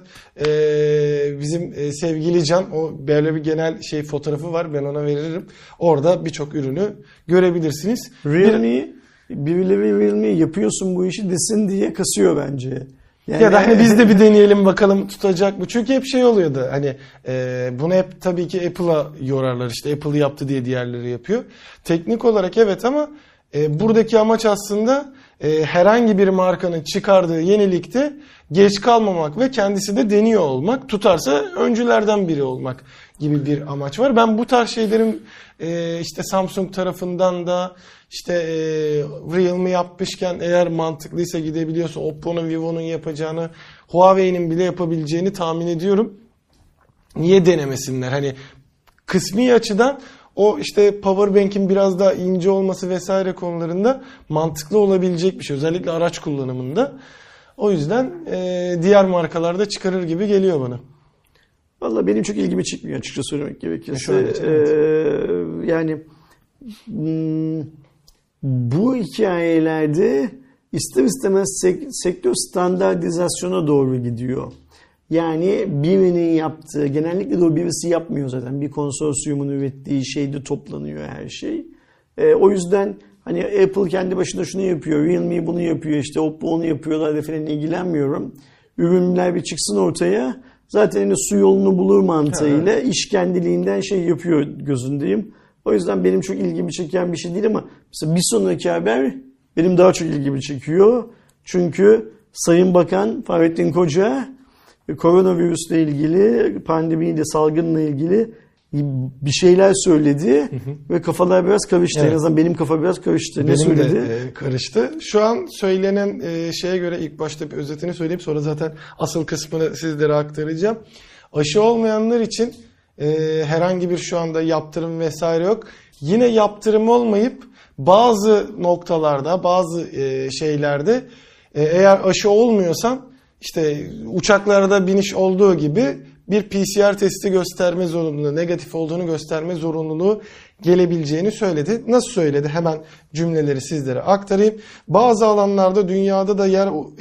bizim sevgili Can o böyle bir genel şey fotoğrafı var. Ben ona veririm. Orada birçok ürünü görebilirsiniz. Birileri Realme yapıyorsun bu işi desin diye kasıyor bence. Yani ya da hani biz de bir deneyelim bakalım tutacak mı? Çünkü hep şey oluyordu. Hani bunu hep tabii ki Apple'a yorarlar. İşte Apple yaptı diye diğerleri yapıyor. Teknik olarak evet ama buradaki amaç aslında herhangi bir markanın çıkardığı yenilikte geç kalmamak ve kendisi de deniyor olmak, tutarsa öncülerden biri olmak gibi bir amaç var. Ben bu tarz şeylerin işte Samsung tarafından da işte Realme yapmışken eğer mantıklıysa gidebiliyorsa Oppo'nun, Vivo'nun yapacağını, Huawei'nin bile yapabileceğini tahmin ediyorum. Niye denemesinler? Hani kısmi açıdan o işte powerbank'in biraz daha ince olması vesaire konularında mantıklı olabilecek bir şey. Özellikle araç kullanımında. O yüzden diğer markalarda çıkarır gibi geliyor bana. Valla benim çok ilgimi çekmiyor açıkça söylemek gerekirse. Yani bu hikayelerde ister istemez sektör standartizasyona doğru gidiyor. Yani birinin yaptığı, genellikle de o birisi yapmıyor zaten. Bir konsorsiyumun ürettiği şeyde toplanıyor her şey. O yüzden hani Apple kendi başına şunu yapıyor, Realme bunu yapıyor, işte Oppo onu yapıyorlar da falan ilgilenmiyorum. Ürünler bir çıksın ortaya, zaten hani su yolunu bulur mantığıyla iş kendiliğinden şey yapıyor gözündeyim. O yüzden benim çok ilgimi çeken bir şey değil ama mesela bir sonraki haber benim daha çok ilgimi çekiyor. Çünkü Sayın Bakan Fahrettin Koca koronavirüsle ilgili, pandemiyle, salgınla ilgili bir şeyler söyledi ve kafalar biraz karıştı. Evet. En azından benim kafa biraz karıştı. Ne benim söyledi? De karıştı. Şu an söylenen şeye göre ilk başta bir özetini söyleyeyim, sonra zaten asıl kısmını sizlere aktaracağım. Aşı olmayanlar için herhangi bir şu anda yaptırım vesaire yok. Yine yaptırım olmayıp bazı noktalarda, bazı şeylerde eğer aşı olmuyorsan İşte uçaklarda biniş olduğu gibi bir PCR testi gösterme zorunluluğu, negatif olduğunu gösterme zorunluluğu gelebileceğini söyledi. Nasıl söyledi? Hemen cümleleri sizlere aktarayım. Bazı alanlarda dünyada da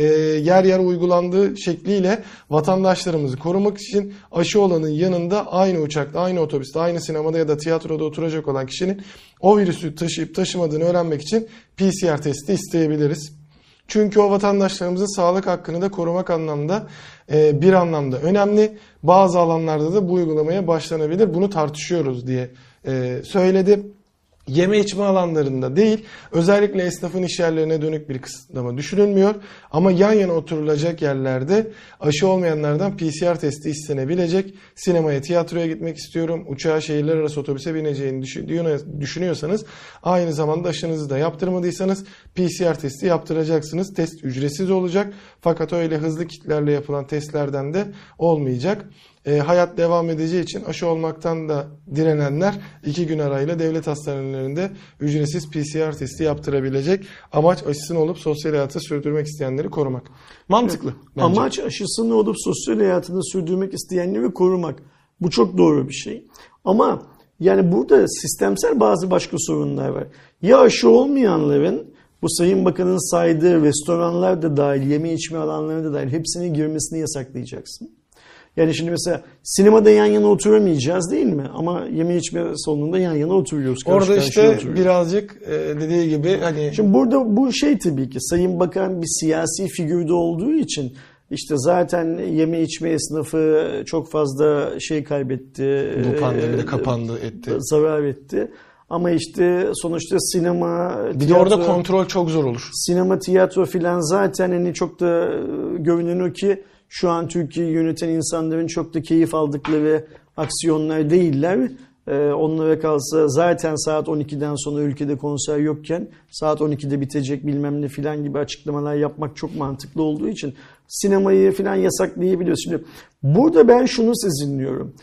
yer yer uygulandığı şekliyle vatandaşlarımızı korumak için aşı olanın yanında aynı uçakta, aynı otobüste, aynı sinemada ya da tiyatroda oturacak olan kişinin o virüsü taşıyıp taşımadığını öğrenmek için PCR testi isteyebiliriz. Çünkü o vatandaşlarımızın sağlık hakkını da korumak anlamda bir anlamda önemli. Bazı alanlarda da bu uygulamaya başlanabilir. Bunu tartışıyoruz diye söyledi. Yeme içme alanlarında değil, özellikle esnafın iş yerlerine dönük bir kısıtlama düşünülmüyor. Ama yan yana oturulacak yerlerde aşı olmayanlardan PCR testi istenebilecek. Sinemaya, tiyatroya gitmek istiyorum, uçağa, şehirler arası otobüse bineceğini düşünüyorsanız, aynı zamanda aşınızı da yaptırmadıysanız PCR testi yaptıracaksınız. Test ücretsiz olacak, fakat öyle hızlı kitlerle yapılan testlerden de olmayacak. Hayat devam edeceği için aşı olmaktan da direnenler 2 gün arayla devlet hastanelerinde ücretsiz PCR testi yaptırabilecek. Amaç aşısını olup sosyal hayatı sürdürmek isteyenleri korumak. Mantıklı bence. Amaç aşısını olup sosyal hayatını sürdürmek isteyenleri korumak. Bu çok doğru bir şey. Ama yani burada sistemsel bazı başka sorunlar var. Ya aşı olmayanların, bu Sayın Bakan'ın saydığı restoranlar da dahil, yeme içme alanları da dahil hepsinin girmesini yasaklayacaksın. Yani şimdi mesela sinemada yan yana oturamayacağız değil mi? Ama yeme içme salonunda yan yana oturuyoruz. Orada işte birazcık dediği gibi hani... Şimdi burada bu şey tabii ki Sayın Bakan bir siyasi figürde olduğu için işte zaten yeme içme esnafı çok fazla şey kaybetti. Bu pandemide kapandı etti. Zarar etti. Ama işte sonuçta sinema, bir tiyatro, de orada kontrol çok zor olur. Sinema, tiyatro filan zaten hani çok da görünen o ki şu an Türkiye'yi yöneten insanların çok da keyif aldıkları aksiyonlar değiller. Onlara kalsa zaten saat 12'den sonra ülkede konser yokken saat 12'de bitecek bilmem ne filan gibi açıklamalar yapmak çok mantıklı olduğu için sinemayı filan yasaklayabiliyoruz. Şimdi burada ben şunu sezinliyorum.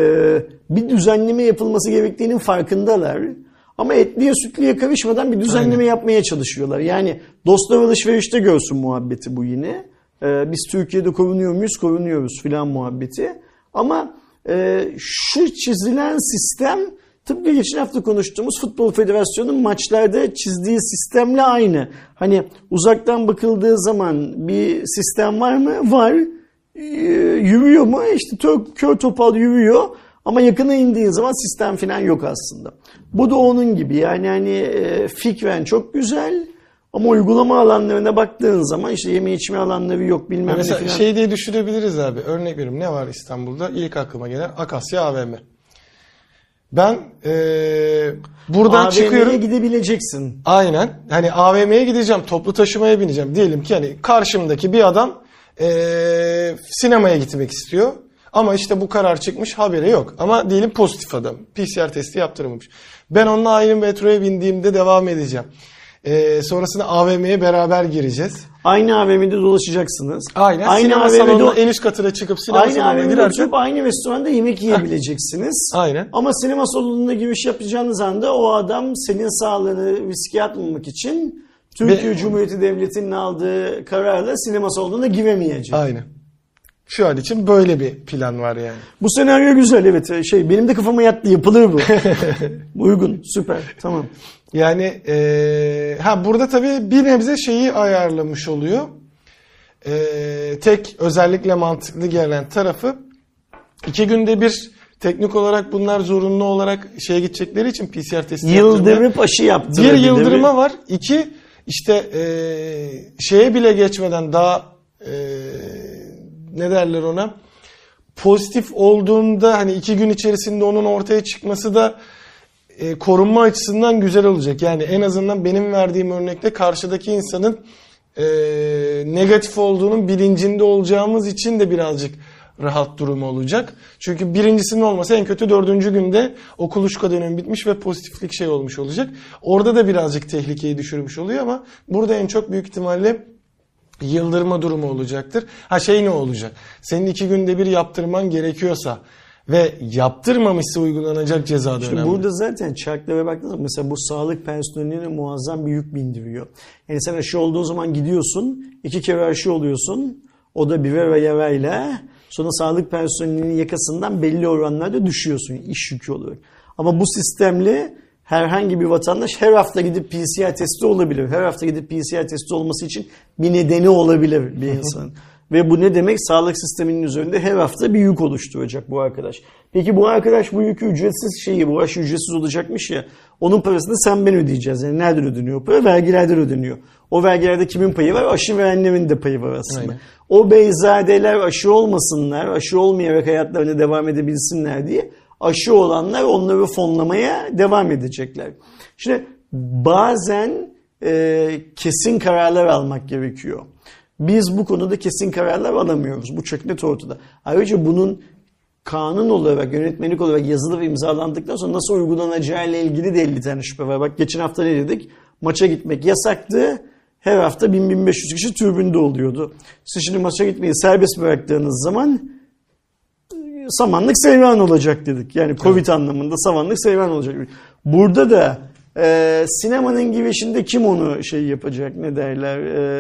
Bir düzenleme yapılması gerektiğinin farkındalar. Ama etliye sütlüye karışmadan bir düzenleme yapmaya çalışıyorlar. Yani dostlar alışverişte görsün muhabbeti bu yine. Biz Türkiye'de korunuyor muyuz? Korunuyoruz filan muhabbeti. Ama şu çizilen sistem tıpkı geçen hafta konuştuğumuz Futbol Federasyonu'nun maçlarda çizdiği sistemle aynı. Hani uzaktan bakıldığı zaman bir sistem var mı? Var. Yürüyor mu? İşte kör topal yürüyor. Ama yakına indiğin zaman sistem filan yok aslında. Bu da onun gibi. Yani hani fikren çok güzel. Ama uygulama alanlarına baktığın zaman işte yeme içme alanları yok bilmem ne mesela falan. Şey diye düşünebiliriz abi. Örnek veriyorum, ne var İstanbul'da? İlk aklıma gelen Akasya AVM. Ben buradan AVM'ye çıkıyorum. gidebileceksin. Aynen. Hani AVM'ye gideceğim, toplu taşımaya bineceğim. Diyelim ki hani karşımdaki bir adam sinemaya gitmek istiyor. Ama işte bu karar çıkmış, haberi yok. Ama diyelim pozitif adam. PCR testi yaptırmamış. Ben onunla aynı metroya bindiğimde devam edeceğim. Sonrasında AVM'ye beraber gireceğiz. Aynı AVM'de dolaşacaksınız. Aynen. Aynı Sinema AVM'de salonuna en üst katına çıkıp sinema aynı salonuna AVM'de girerken. oturup aynı restoranda yemek yiyebileceksiniz. Aynen. Ama sinema salonuna giriş yapacağınız anda o adam senin sağlığını riske atmamak için Türkiye Cumhuriyeti Devleti'nin aldığı kararla sinema salonuna giremeyecek. Aynen. Şu an için böyle bir plan var yani. Bu senaryo güzel, evet. Benim de kafama yattı, yapılır bu. Uygun, süper, tamam. Yani burada tabii bir nebze şeyi ayarlamış oluyor. Tek özellikle mantıklı gelen tarafı 2 günde bir teknik olarak bunlar zorunlu olarak şeye gidecekleri için PCR testi Yıldırıp aşı yaptırabilir. Bir yıldırıma var. 2 işte şeye bile geçmeden daha ne derler ona, pozitif olduğunda hani 2 gün içerisinde onun ortaya çıkması da korunma açısından güzel olacak. Yani en azından benim verdiğim örnekte karşıdaki insanın negatif olduğunun bilincinde olacağımız için de birazcık rahat durumu olacak. Çünkü birincisinin olmasa en kötü 4. günde o kuluçka dönemi bitmiş ve pozitiflik şey olmuş olacak. Orada da birazcık tehlikeyi düşürmüş oluyor ama burada en çok büyük ihtimalle yıldırma durumu olacaktır. Ne olacak? Senin 2 günde bir yaptırman gerekiyorsa ve yaptırmamışsa uygulanacak ceza da önemli. Burada zaten çarklara baktığınız zaman mesela bu sağlık personeline muazzam bir yük bindiriyor. Yani sen aşı olduğun zaman gidiyorsun, 2 kere aşı oluyorsun. O da birer ve yarayla. Sonra sağlık personelinin yakasından belli oranlarda düşüyorsun iş yükü olarak. Ama bu sistemle herhangi bir vatandaş her hafta gidip PCR testi olabilir. Her hafta gidip PCR testi olması için bir nedeni olabilir bir insan. Ve bu ne demek? Sağlık sisteminin üzerinde her hafta bir yük oluşturacak bu arkadaş. Peki bu arkadaş bu yükü ücretsiz bu aşı ücretsiz olacakmış ya. Onun parasını sen ben ödeyeceğiz. Yani nereden ödeniyor o para? Vergilerden ödeniyor. O vergilerde kimin payı var? Aşı verenlerin de payı var aslında. Aynen. O beyzadeler aşı olmasınlar, aşı olmayarak hayatlarına devam edebilsinler diye aşı olanlar onları fonlamaya devam edecekler. Şimdi bazen kesin kararlar almak gerekiyor. Biz bu konuda kesin kararlar alamıyoruz. Bu çok net ortada. Ayrıca bunun kanun olarak, yönetmelik olarak yazılı ve imzalandıktan sonra nasıl uygulanacağı ile ilgili de 50 tane şüphe var. Bak geçen hafta ne dedik? Maça gitmek yasaktı. Her hafta 1000-1500 kişi tribünde oluyordu. Siz şimdi maça gitmeyi serbest bıraktığınız zaman samanlık seyran olacak dedik. Yani Covid anlamında samanlık seyran olacak. Burada da sinemanın girişinde kim onu yapacak, ne derler,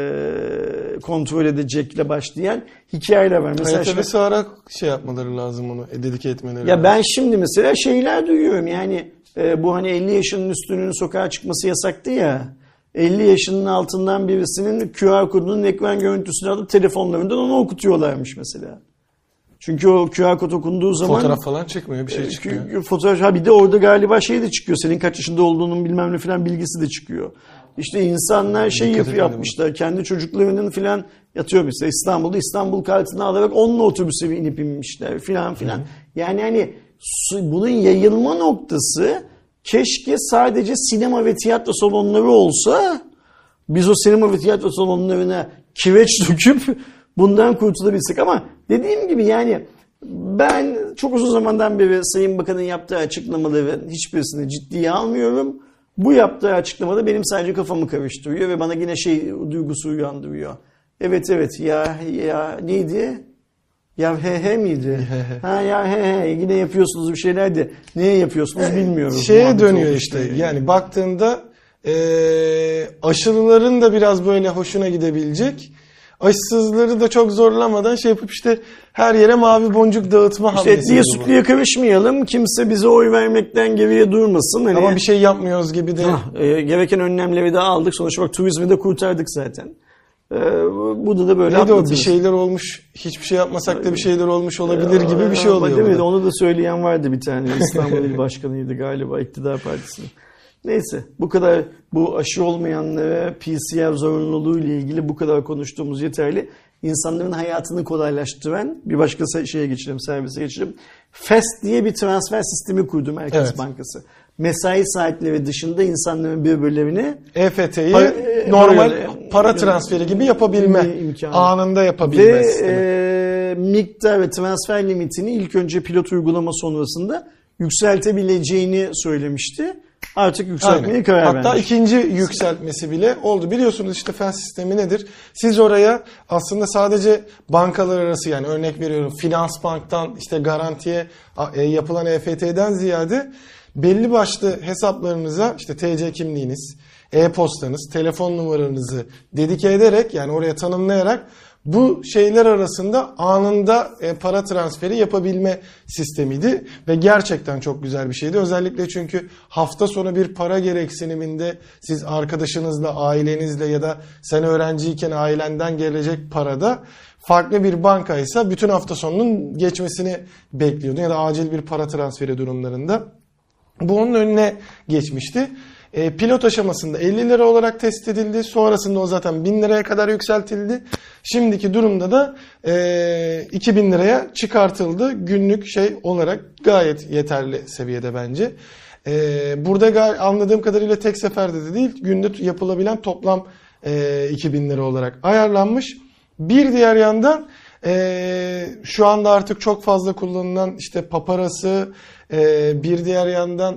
kontrol edecekle başlayan hikayeler var. Mesela tabii ara yapmaları lazım onu, dedike etmeleri ya lazım. Ben şimdi mesela şeyler duyuyorum yani bu hani 50 yaşının üstünün sokağa çıkması yasaktı ya. 50 yaşının altından birisinin QR kodunun ekran görüntüsünü alıp telefonlarından onu okutuyorlarmış mesela. Çünkü o QR kod okunduğu zaman fotoğraf falan çıkmıyor, bir şey çıkıyor. Fotoğraf, bir de orada galiba de çıkıyor. Senin kaç yaşında olduğunun bilmem ne falan bilgisi de çıkıyor. İşte insanlar yapmışlar. Kendi çocuklarının falan yatıyor mesela İstanbul'da İstanbul kartını alarak onunla otobüse inip inmişler falan filan. Yani hani bunun yayılma noktası keşke sadece sinema ve tiyatro salonları olsa, biz o sinema ve tiyatro salonlarına kireç döküp bundan kurtulabilsek. Ama dediğim gibi yani ben çok uzun zamandan beri Sayın Bakan'ın yaptığı açıklamaların hiçbirisini ciddiye almıyorum. Bu yaptığı açıklamada benim sadece kafamı karıştırıyor ve bana yine duygusu uyandırıyor. Evet ya neydi? Ya he miydi? Ya yine yapıyorsunuz bir şeyler de neye yapıyorsunuz bilmiyorum. Şeye dönüyor işte yani baktığında aşılıların da biraz böyle hoşuna gidebilecek. Aşısızları da çok zorlamadan yapıp her yere mavi boncuk dağıtma hamlesi. Etliye sütlüye karışmayalım. Kimse bize oy vermekten geriye durmasın. Hani, ama bir şey yapmıyoruz gibi de. Gereken önlemleri de aldık. Sonuçta bak turizmi de kurtardık zaten. Bu da böyle neydi o? Bir şeyler olmuş. Hiçbir şey yapmasak da bir şeyler olmuş olabilir gibi bir şey oluyor. Değil mi? Onu da söyleyen vardı bir tane. İstanbul İl Başkanı'ydı galiba İktidar Partisi'nin. Neyse bu kadar bu aşı olmayanlara PCR zorunluluğu ile ilgili bu kadar konuştuğumuz yeterli. insanların hayatını kolaylaştıran bir başka şeye geçelim, servise geçelim. FAST diye bir transfer sistemi kurdu Merkez Bankası. Mesai saatleri dışında insanların birbirlerine EFT'yi normal para transferi gibi yapabilme imkanı. Anında yapabilme sistemi. Ve miktar ve transfer limitini ilk önce pilot uygulama sonrasında yükseltebileceğini söylemişti. Artık yükseltmeye karar vermiş. Hatta ikinci yükseltmesi bile oldu. Biliyorsunuz işte FAST sistemi nedir? Siz oraya aslında sadece bankalar arası, yani örnek veriyorum Finansbank'tan işte garantiye yapılan EFT'den ziyade belli başlı hesaplarınıza işte TC kimliğiniz, e-postanız, telefon numaranızı dedike ederek, yani oraya tanımlayarak bu şeyler arasında anında para transferi yapabilme sistemiydi ve gerçekten çok güzel bir şeydi. Özellikle çünkü hafta sonu bir para gereksiniminde siz arkadaşınızla, ailenizle ya da sen öğrenciyken ailenden gelecek parada farklı bir bankaysa bütün hafta sonunun geçmesini bekliyordun ya da acil bir para transferi durumlarında. Bu onun önüne geçmişti. Pilot aşamasında 50 lira olarak test edildi. Sonrasında o zaten 1000 liraya kadar yükseltildi. Şimdiki durumda da 2000 liraya çıkartıldı. Günlük şey olarak gayet yeterli seviyede bence. Burada anladığım kadarıyla tek seferde de değil, günde yapılabilen toplam 2000 lira olarak ayarlanmış. Bir diğer yandan şu anda artık çok fazla kullanılan işte paparası, bir diğer yandan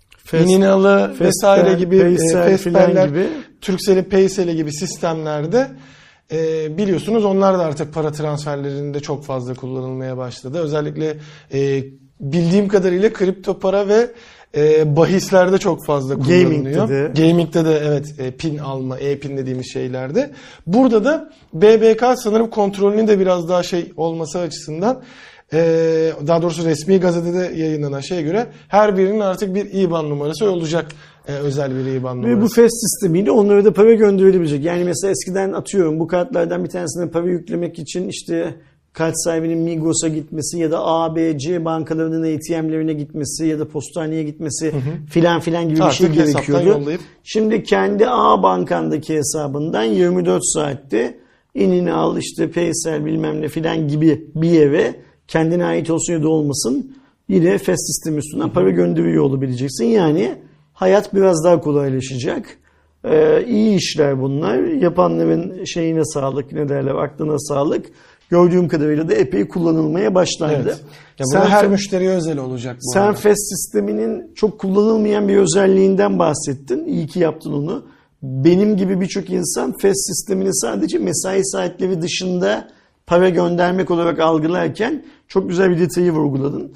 İninalı vesaire gibi Fespeller, Turkcell'in Paysel'i gibi sistemlerde biliyorsunuz onlar da artık para transferlerinde çok fazla kullanılmaya başladı. Özellikle bildiğim kadarıyla kripto para ve bahislerde çok fazla kullanılıyor. Gaming'de de evet, pin alma, e-pin dediğimiz şeylerde. Burada da BBK sanırım kontrolünün de biraz daha şey olması açısından, daha doğrusu resmi gazetede yayınlanan şeye göre her birinin artık bir IBAN numarası olacak. Özel bir IBAN numarası. Ve bu FAST sistemiyle onlara da para gönderilebilecek. Yani mesela eskiden atıyorum bu kartlardan bir tanesine para yüklemek için işte kart sahibinin Migros'a gitmesi ya da A, B, C bankalarının ATM'lerine gitmesi ya da postaneye gitmesi filan filan gibi bir şey gerekiyordu. Şimdi kendi A bankandaki hesabından 24 saatte inini al işte Paysel bilmem ne filan gibi bir yere kendine ait olsun ya da olmasın yine FAST sistemi üstünden para gönderiyor olabileceksin. Yani hayat biraz daha kolaylaşacak. İyi işler bunlar. Yapanların şeyine sağlık, ne derler, aklına sağlık. Gördüğüm kadarıyla da epey kullanılmaya başlandı. Evet. Ya her müşteriye özel olacak bu arada. Sen FAST sisteminin çok kullanılmayan bir özelliğinden bahsettin. İyi ki yaptın onu. Benim gibi birçok insan FAST sistemini sadece mesai saatleri dışında para göndermek olarak algılarken çok güzel bir detayı vurguladın.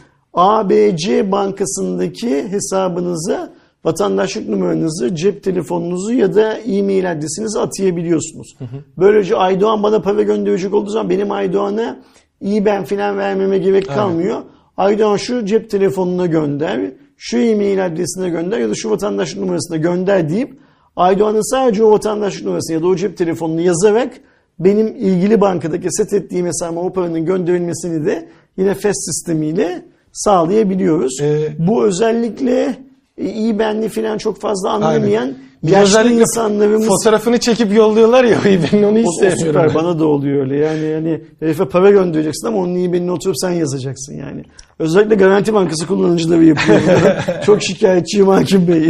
ABC bankasındaki hesabınıza vatandaşlık numaranızı, cep telefonunuzu ya da e-mail adresinizi atayabiliyorsunuz. Böylece Aydoğan bana para gönderecek olduğu zaman benim Aydoğan'a IBAN falan vermeme gerek kalmıyor. Aydoğan şu cep telefonuna gönder, şu e-mail adresine gönder ya da şu vatandaşlık numarasına gönder deyip Aydoğan'ın sadece o vatandaşlık numarasını ya da o cep telefonunu yazarak benim ilgili bankadaki set ettiğim hesabıma o paranın gönderilmesini de yine FAST sistemiyle sağlayabiliyoruz. Bu özellikle IBAN'li falan çok fazla anlamayan yaşlı insanlarımız... Fotoğrafını çekip yolluyorlar ya o IBAN'in, onu hiç sevmiyorum. Süper, bana da oluyor öyle. Yani herife para göndereceksin ama onun IBAN'ini oturup sen yazacaksın yani. Özellikle Garanti Bankası kullanıcıları yapıyor. Çok şikayetçiyim Hakim Bey.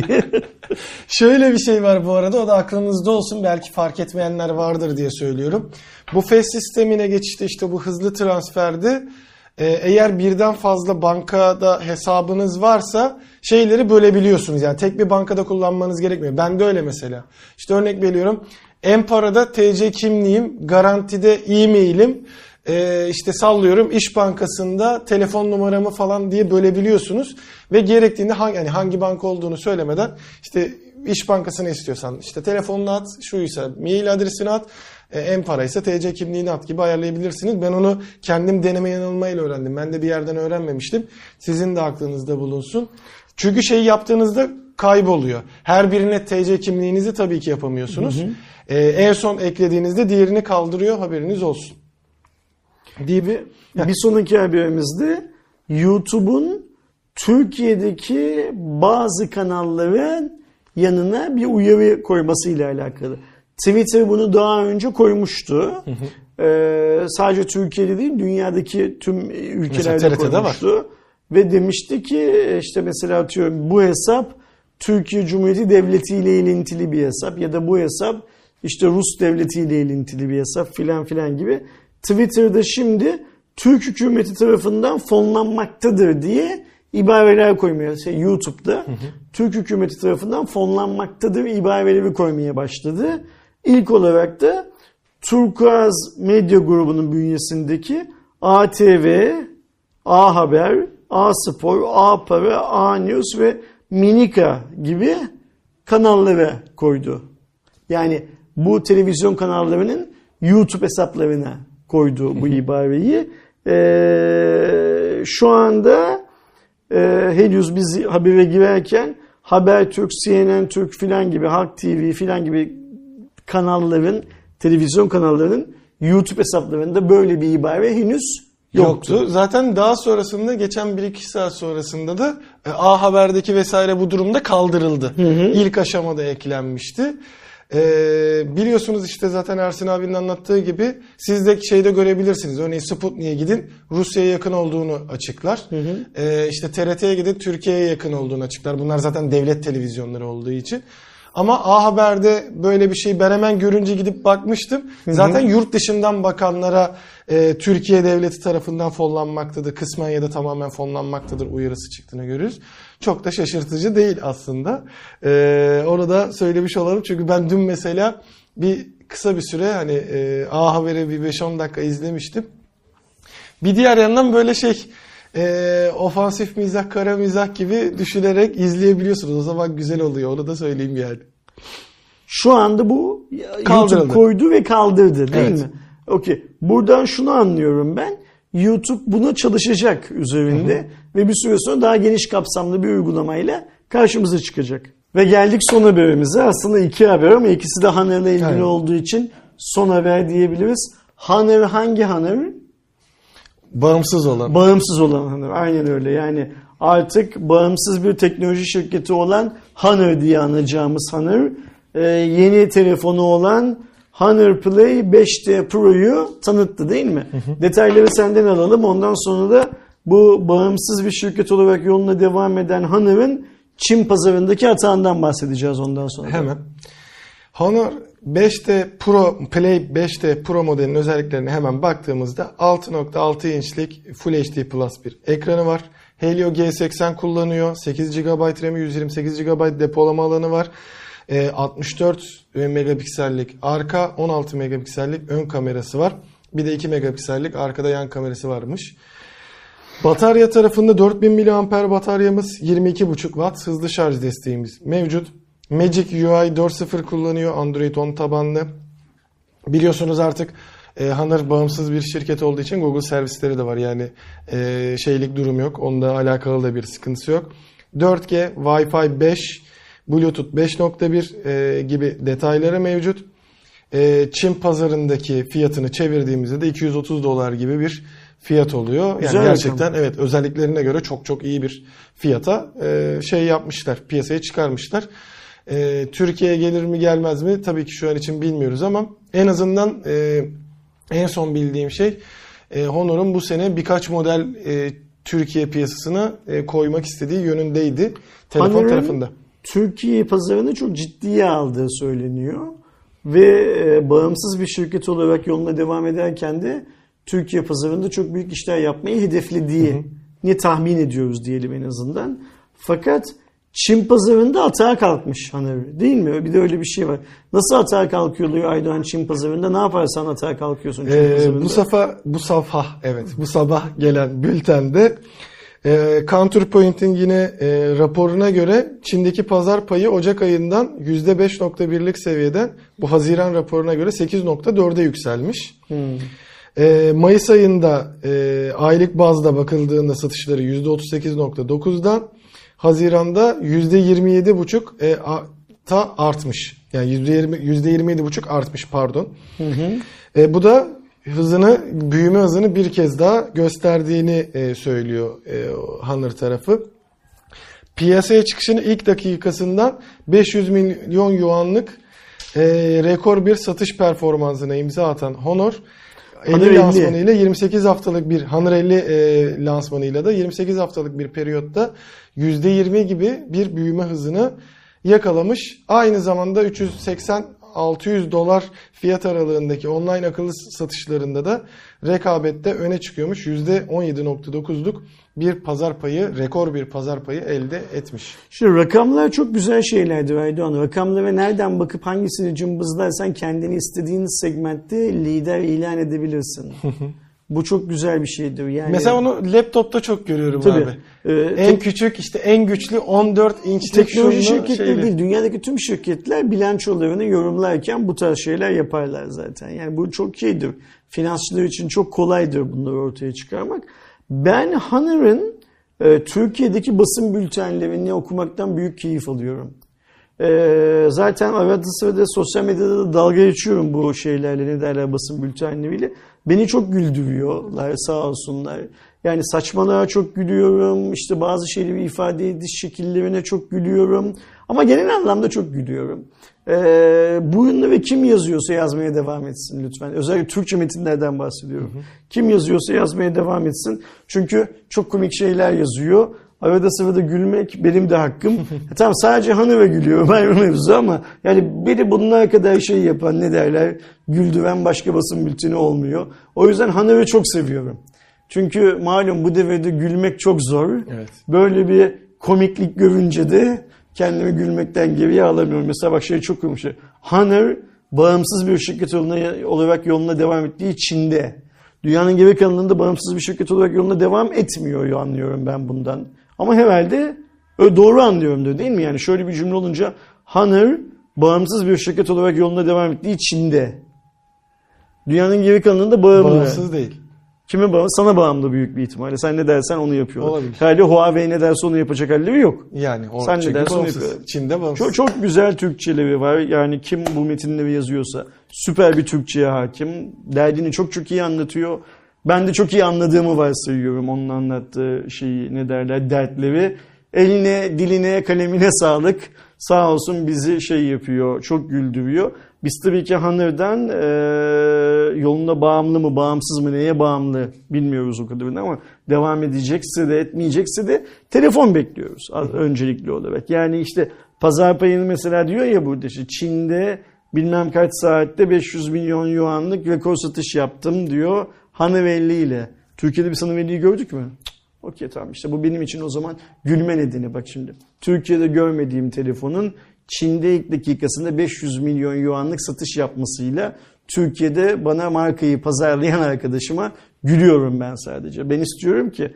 Şöyle bir şey var bu arada, o da aklınızda olsun, belki fark etmeyenler vardır diye söylüyorum. Bu FAST sistemine geçişte işte bu hızlı transferde eğer birden fazla bankada hesabınız varsa şeyleri bölebiliyorsunuz. Yani tek bir bankada kullanmanız gerekmiyor. Ben de öyle mesela. İşte örnek veriyorum. M-Para'da TC kimliğim, Garanti'de e-mailim, işte sallıyorum İş Bankası'nda telefon numaramı falan diye bölebiliyorsunuz. Ve gerektiğinde hangi banka olduğunu söylemeden işte İş Bankası'nı istiyorsan işte telefonunu at, şuysa mail adresini at, M-Para ise TC kimliğini at gibi ayarlayabilirsiniz. Ben onu kendim deneme yanılmayla öğrendim. Ben de bir yerden öğrenmemiştim. Sizin de aklınızda bulunsun. Çünkü şeyi yaptığınızda kayboluyor. Her birine TC kimliğinizi tabii ki yapamıyorsunuz. En son eklediğinizde diğerini kaldırıyor, haberiniz olsun. Bir sonraki haberimizde YouTube'un Türkiye'deki bazı kanalların yanına bir uyarı koyması ile alakalı. Twitter bunu daha önce koymuştu. Sadece Türkiye'de değil, dünyadaki tüm ülkelerde TRT'de koymuştu. Var. Ve demişti ki işte mesela atıyorum bu hesap Türkiye Cumhuriyeti Devleti ile ilintili bir hesap ya da bu hesap işte Rus Devleti ile ilintili bir hesap filan filan gibi. Twitter'da şimdi Türk hükümeti tarafından fonlanmaktadır diye ibareler koymaya, YouTube'da Türk hükümeti tarafından fonlanmaktadır ibareleri koymaya başladı. İlk olarak da Turkuaz Medya Grubu'nun bünyesindeki ATV, A Haber, A Spor, A Para, A News ve Minika gibi kanallara koydu. Yani bu televizyon kanallarının YouTube hesaplarına koydu bu ibareyi. Şu anda henüz biz habere girerken Habertürk, CNN Türk filan gibi, Halk TV filan gibi kanalların, televizyon kanallarının YouTube hesaplarında böyle bir ibare henüz yoktu. Zaten daha sonrasında geçen 1-2 saat sonrasında da A Haber'deki vesaire bu durumda kaldırıldı. İlk aşamada eklenmişti. Biliyorsunuz işte zaten Ersin abinin anlattığı gibi siz de şeyde görebilirsiniz. Örneğin Sputnik'e gidin, Rusya'ya yakın olduğunu açıklar. İşte TRT'ye gidin, Türkiye'ye yakın olduğunu açıklar. Bunlar zaten devlet televizyonları olduğu için. Ama A Haber'de böyle bir şey ben hemen görünce gidip bakmıştım. Zaten yurt dışından bakanlara Türkiye devleti tarafından fonlanmaktadır, kısmen ya da tamamen fonlanmaktadır uyarısı çıktığını görürüz. Çok da şaşırtıcı değil aslında. Onu da söylemiş olalım. Çünkü ben dün mesela kısa bir süre hani A Haber'i bir 5-10 dakika izlemiştim. Bir diğer yandan böyle ofansif mizah, kara mizah gibi düşünerek izleyebiliyorsunuz. O zaman güzel oluyor. Onu da söyleyeyim yani. Şu anda bu kaldırıldı. YouTube koydu ve kaldırdı değil mi? Okey. Buradan şunu anlıyorum ben. YouTube buna çalışacak üzerinde ve bir süre sonra daha geniş kapsamlı bir uygulamayla karşımıza çıkacak. Ve geldik son haberimize. Aslında 2 haber ama ikisi de Haner'le ilgili olduğu için son haber diyebiliriz. Haner hangi Haner? Bağımsız olan. Bağımsız olan Haner. Aynen öyle. Yani artık bağımsız bir teknoloji şirketi olan Haner diye anacağımız Haner. Yeni telefonu olan Honor Play 5T Pro'yu tanıttı değil mi? Detayları senden alalım. Ondan sonra da bu bağımsız bir şirket olarak yoluna devam eden Honor'ın Çin pazarındaki hatağından bahsedeceğiz ondan sonra. Hemen. Honor 5T Pro Play 5T Pro modelinin özelliklerine hemen baktığımızda 6.6 inçlik Full HD Plus bir ekranı var. Helio G80 kullanıyor. 8 GB RAM'i, 128 GB depolama alanı var. 64 megapiksellik arka, 16 megapiksellik ön kamerası var. Bir de 2 megapiksellik arkada yan kamerası varmış. Batarya tarafında 4000 mAh bataryamız, 22.5 Watt hızlı şarj desteğimiz mevcut. Magic UI 4.0 kullanıyor, Android 10 tabanlı. Biliyorsunuz artık Honor bağımsız bir şirket olduğu için Google servisleri de var. Yani şeylik durum yok. Onunla alakalı da bir sıkıntısı yok. 4G, Wi-Fi 5, Bluetooth 5.1 gibi detayları mevcut. Çin pazarındaki fiyatını çevirdiğimizde de $230 gibi bir fiyat oluyor. Yani güzel gerçekten evet, özelliklerine göre çok iyi bir fiyata yapmışlar, piyasaya çıkarmışlar. Türkiye'ye gelir mi gelmez mi tabii ki şu an için bilmiyoruz ama en azından en son bildiğim şey Honor'un bu sene birkaç model Türkiye piyasasına koymak istediği yönündeydi telefon Honor'un tarafında. Türkiye pazarını çok ciddiye aldığı söyleniyor ve bağımsız bir şirket olarak yoluna devam ederken de Türkiye pazarında çok büyük işler yapmayı hedeflediğini tahmin ediyoruz diyelim en azından. Fakat Çin pazarında atağa kalkmış Honor değil mi? Bir de öyle bir şey var. Nasıl atağa kalkıyor Aydoğan Çin pazarında? Ne yaparsan atağa kalkıyorsun Çin pazarında? Bu sabah gelen bültende Counterpoint'in yine raporuna göre Çin'deki pazar payı Ocak ayından %5.1'lik seviyeden bu Haziran raporuna göre 8.4'e yükselmiş. Mayıs ayında aylık bazda bakıldığında satışları %38.9'dan Haziran'da %27.5 artmış. Yani %27.5 artmış pardon. Bu da büyüme hızını bir kez daha gösterdiğini söylüyor Honor tarafı. Piyasaya çıkışının ilk dakikasından 500 milyon yuanlık rekor bir satış performansına imza atan Honor Honor 50. lansmanıyla 28 haftalık bir Honor 50 lansmanıyla da 28 haftalık bir periyotta %20 gibi bir büyüme hızını yakalamış. Aynı zamanda 380-600 dolar fiyat aralığındaki online akıllı satışlarında da rekabette öne çıkıyormuş. %17.9'luk bir pazar payı, rekor bir pazar payı elde etmiş. Şimdi rakamlar çok güzel şeylerdir Aydoğan. Rakamlara nereden bakıp hangisini cımbızlarsan kendini istediğin segmentte lider ilan edebilirsin. Bu çok güzel bir şeydir. Yani mesela onu laptopta çok görüyorum tabii, abi. En küçük işte en güçlü 14 inçlik teknoloji şunlu şirketleri şeyli. değil. Dünyadaki tüm şirketler bilançolarını yorumlarken bu tarz şeyler yaparlar zaten. Yani bu çok şeydir. Finansçılar için çok kolaydır bunları ortaya çıkarmak. Ben Honor'ın Türkiye'deki basın bültenlerini okumaktan büyük keyif alıyorum. Zaten arada sırada sosyal medyada da dalga geçiyorum bu şeylerle, ne derler, basın bültenleriyle. Beni çok güldürüyorlar sağ olsunlar. Yani saçmalığa çok gülüyorum. İşte bazı şeyleri ifade ediş şekillerine çok gülüyorum. Ama genel anlamda çok gülüyorum. Bu ünlü kim yazıyorsa yazmaya devam etsin lütfen. Özellikle Türkçe metinlerden bahsediyorum. Hı hı. Kim yazıyorsa yazmaya devam etsin. Çünkü çok komik şeyler yazıyor. Arada sırada gülmek benim de hakkım. Tamam, sadece Honor'a gülüyorum ayrı mevzu ama yani biri bunlar kadar şey yapan, ne derler, güldüren başka basın bülteni olmuyor. O yüzden Honor'ı çok seviyorum. Çünkü malum bu devirde gülmek çok zor. Evet. Böyle bir komiklik görünce de kendimi gülmekten geriye alamıyorum. Mesela bak şey çok komik şey. Honor bağımsız bir şirket olarak yoluna devam ettiği Çin'de. Dünyanın geri kalanında bağımsız bir şirket olarak yoluna devam etmiyor anlıyorum ben bundan. Ama herhalde doğru anlıyorum diyor değil mi? Yani şöyle bir cümle olunca Honor bağımsız bir şirket olarak yoluna devam ettiği Çin'de. Dünyanın geri kalanında bağımlı. Bağımsız değil. Kime bağımlı? Sana bağımlı büyük bir ihtimalle. Sen ne dersen onu yapıyorlar. Olabilir. Herhalde Huawei ne derse onu yapacak halleri yok. Yani sen ne dersen onu yapıyor. Çin'de bağımsız. Çok güzel Türkçeleri var. Yani kim bu metinleri yazıyorsa süper bir Türkçe'ye hakim. Derdini çok iyi anlatıyor. Ben de çok iyi anladığımı varsayıyorum onun anlattığı şeyi, ne derler, dertleri. Eline, diline, kalemine sağlık. Sağ olsun bizi şey yapıyor, çok güldürüyor. Biz tabii ki Honor'dan yoluna bağımlı mı, bağımsız mı, neye bağımlı bilmiyoruz o kadarını ama devam edecekse de etmeyecekse de telefon bekliyoruz öncelikli olarak. Yani işte pazar payını mesela diyor ya burada işte Çin'de bilmem kaç saatte 500 milyon yuanlık rekor satış yaptım diyor Honor 50 ile. Türkiye'de bir Honor 50'yi gördük mü? Okey, tamam, işte bu benim için o zaman gülme nedeni. Bak şimdi Türkiye'de görmediğim telefonun Çin'de ilk dakikasında 500 milyon yuanlık satış yapmasıyla Türkiye'de bana markayı pazarlayan arkadaşıma gülüyorum ben sadece. Ben istiyorum ki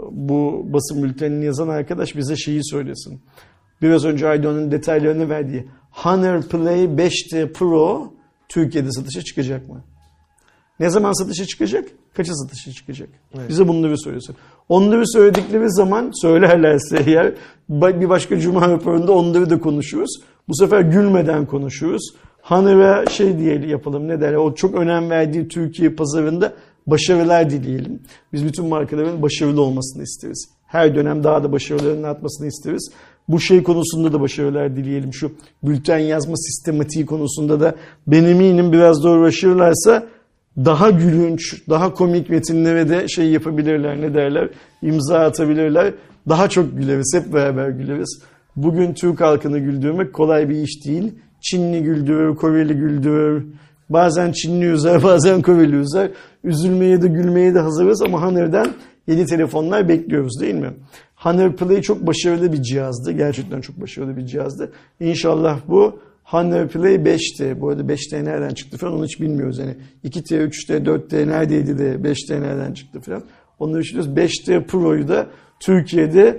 bu basın bültenini yazan arkadaş bize şeyi söylesin. Biraz önce Aydoğan'ın detaylarını verdiği Honor Play 5T Pro Türkiye'de satışa çıkacak mı? Ne zaman satışa çıkacak? Kaça satışa çıkacak? Evet. Bize bunları söylesin. Onları söyledikleri zaman, söylerlerse eğer, bir başka Cuma raporunda onları da konuşuruz. Bu sefer gülmeden konuşuruz. Honor'a şey diyelim, yapalım, ne derler, o çok önem verdiği Türkiye pazarında başarılar dileyelim. Biz bütün markaların başarılı olmasını isteriz. Her dönem daha da başarılarının artmasını isteriz. Bu şey konusunda da başarılar dileyelim. Şu bülten yazma sistematiği konusunda da ben eminim biraz da uğraşırlarsa daha gülünç, daha komik metinlere de şey yapabilirler, ne derler, imza atabilirler. Daha çok güleriz, hep beraber güleriz. Bugün Türk halkını güldürmek kolay bir iş değil. Çinli güldürür, Koreli güldürür. Bazen Çinli üzer, bazen Koreli üzer. Üzülmeye de gülmeye de hazırız ama Honor'dan yeni telefonlar bekliyoruz değil mi? Honor Play çok başarılı bir cihazdı. Gerçekten çok başarılı bir cihazdı. İnşallah bu Honor Play 5T. Bu arada 5T nereden çıktı falan onu hiç bilmiyoruz. Yani 2T, 3T, 4T neredeydi de 5T nereden çıktı falan. Onları düşünüyoruz. 5T Pro'yu da Türkiye'de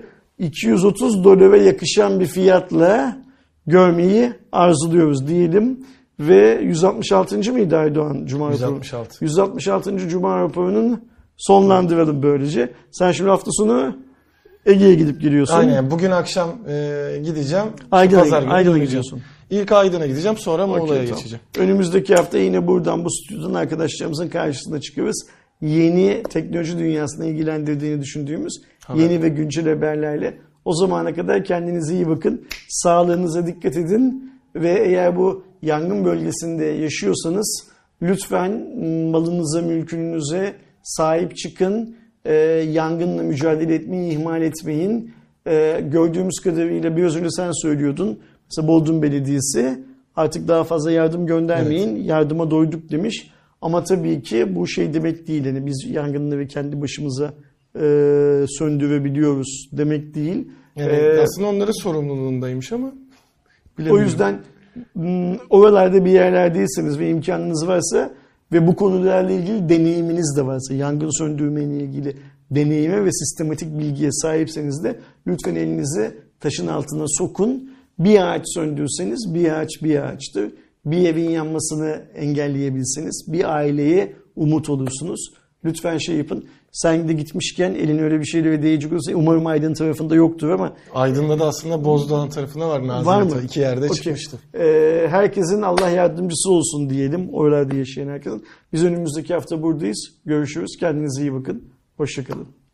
230 dolara yakışan bir fiyatla görmeyi arzuluyoruz diyelim. Ve 166. mıydı Aydoğan Cuma 166. raporu? 166. Cuma raporunun sonlandıralım böylece. Sen şimdi hafta sonu Ege'ye gidip geliyorsun. Aynen. Bugün akşam gideceğim. Aydın'a gidiyorsun. İlk Aydın'a gideceğim, sonra Muğla'ya geçeceğim. Önümüzdeki hafta yine buradan bu stüdyodan arkadaşlarımızın karşısına çıkıyoruz. Yeni teknoloji dünyasına ilgilendirdiğini düşündüğümüz yeni ve güncel haberlerle. O zamana kadar kendinize iyi bakın. Sağlığınıza dikkat edin. Ve eğer bu yangın bölgesinde yaşıyorsanız Lütfen malınıza, mülkünüze sahip çıkın. Yangınla mücadele etmeyi ihmal etmeyin. Gördüğümüz kadarıyla biraz önce sen söylüyordun. Mesela Bodrum Belediyesi artık daha fazla yardım göndermeyin. Evet. Yardıma doyduk demiş. Ama tabii ki bu şey demek değil. Yani biz yangınları kendi başımıza söndürebiliyoruz demek değil. Yani aslında onların sorumluluğundaymış ama o yüzden oralarda bir yerlerdeyseniz ve imkanınız varsa ve bu konularla ilgili deneyiminiz de varsa, yangın söndürmeyle ilgili deneyime ve sistematik bilgiye sahipseniz de lütfen elinizi taşın altına sokun. Bir ağaç söndürseniz bir ağaç bir ağaçtır. Bir evin yanmasını engelleyebilseniz bir aileye umut olursunuz. Lütfen şey yapın. Sen de gitmişken elin öyle bir şeylere değecek olursa umarım Aydın tarafında yoktur ama. Aydın'da da aslında Bozdoğan tarafına var Nazilli. Var mı? 2 yerde çıkmıştı. Herkesin Allah yardımcısı olsun diyelim. Oralarda yaşayan herkesin. Biz önümüzdeki hafta buradayız. Görüşürüz. Kendinize iyi bakın. Hoşça kalın.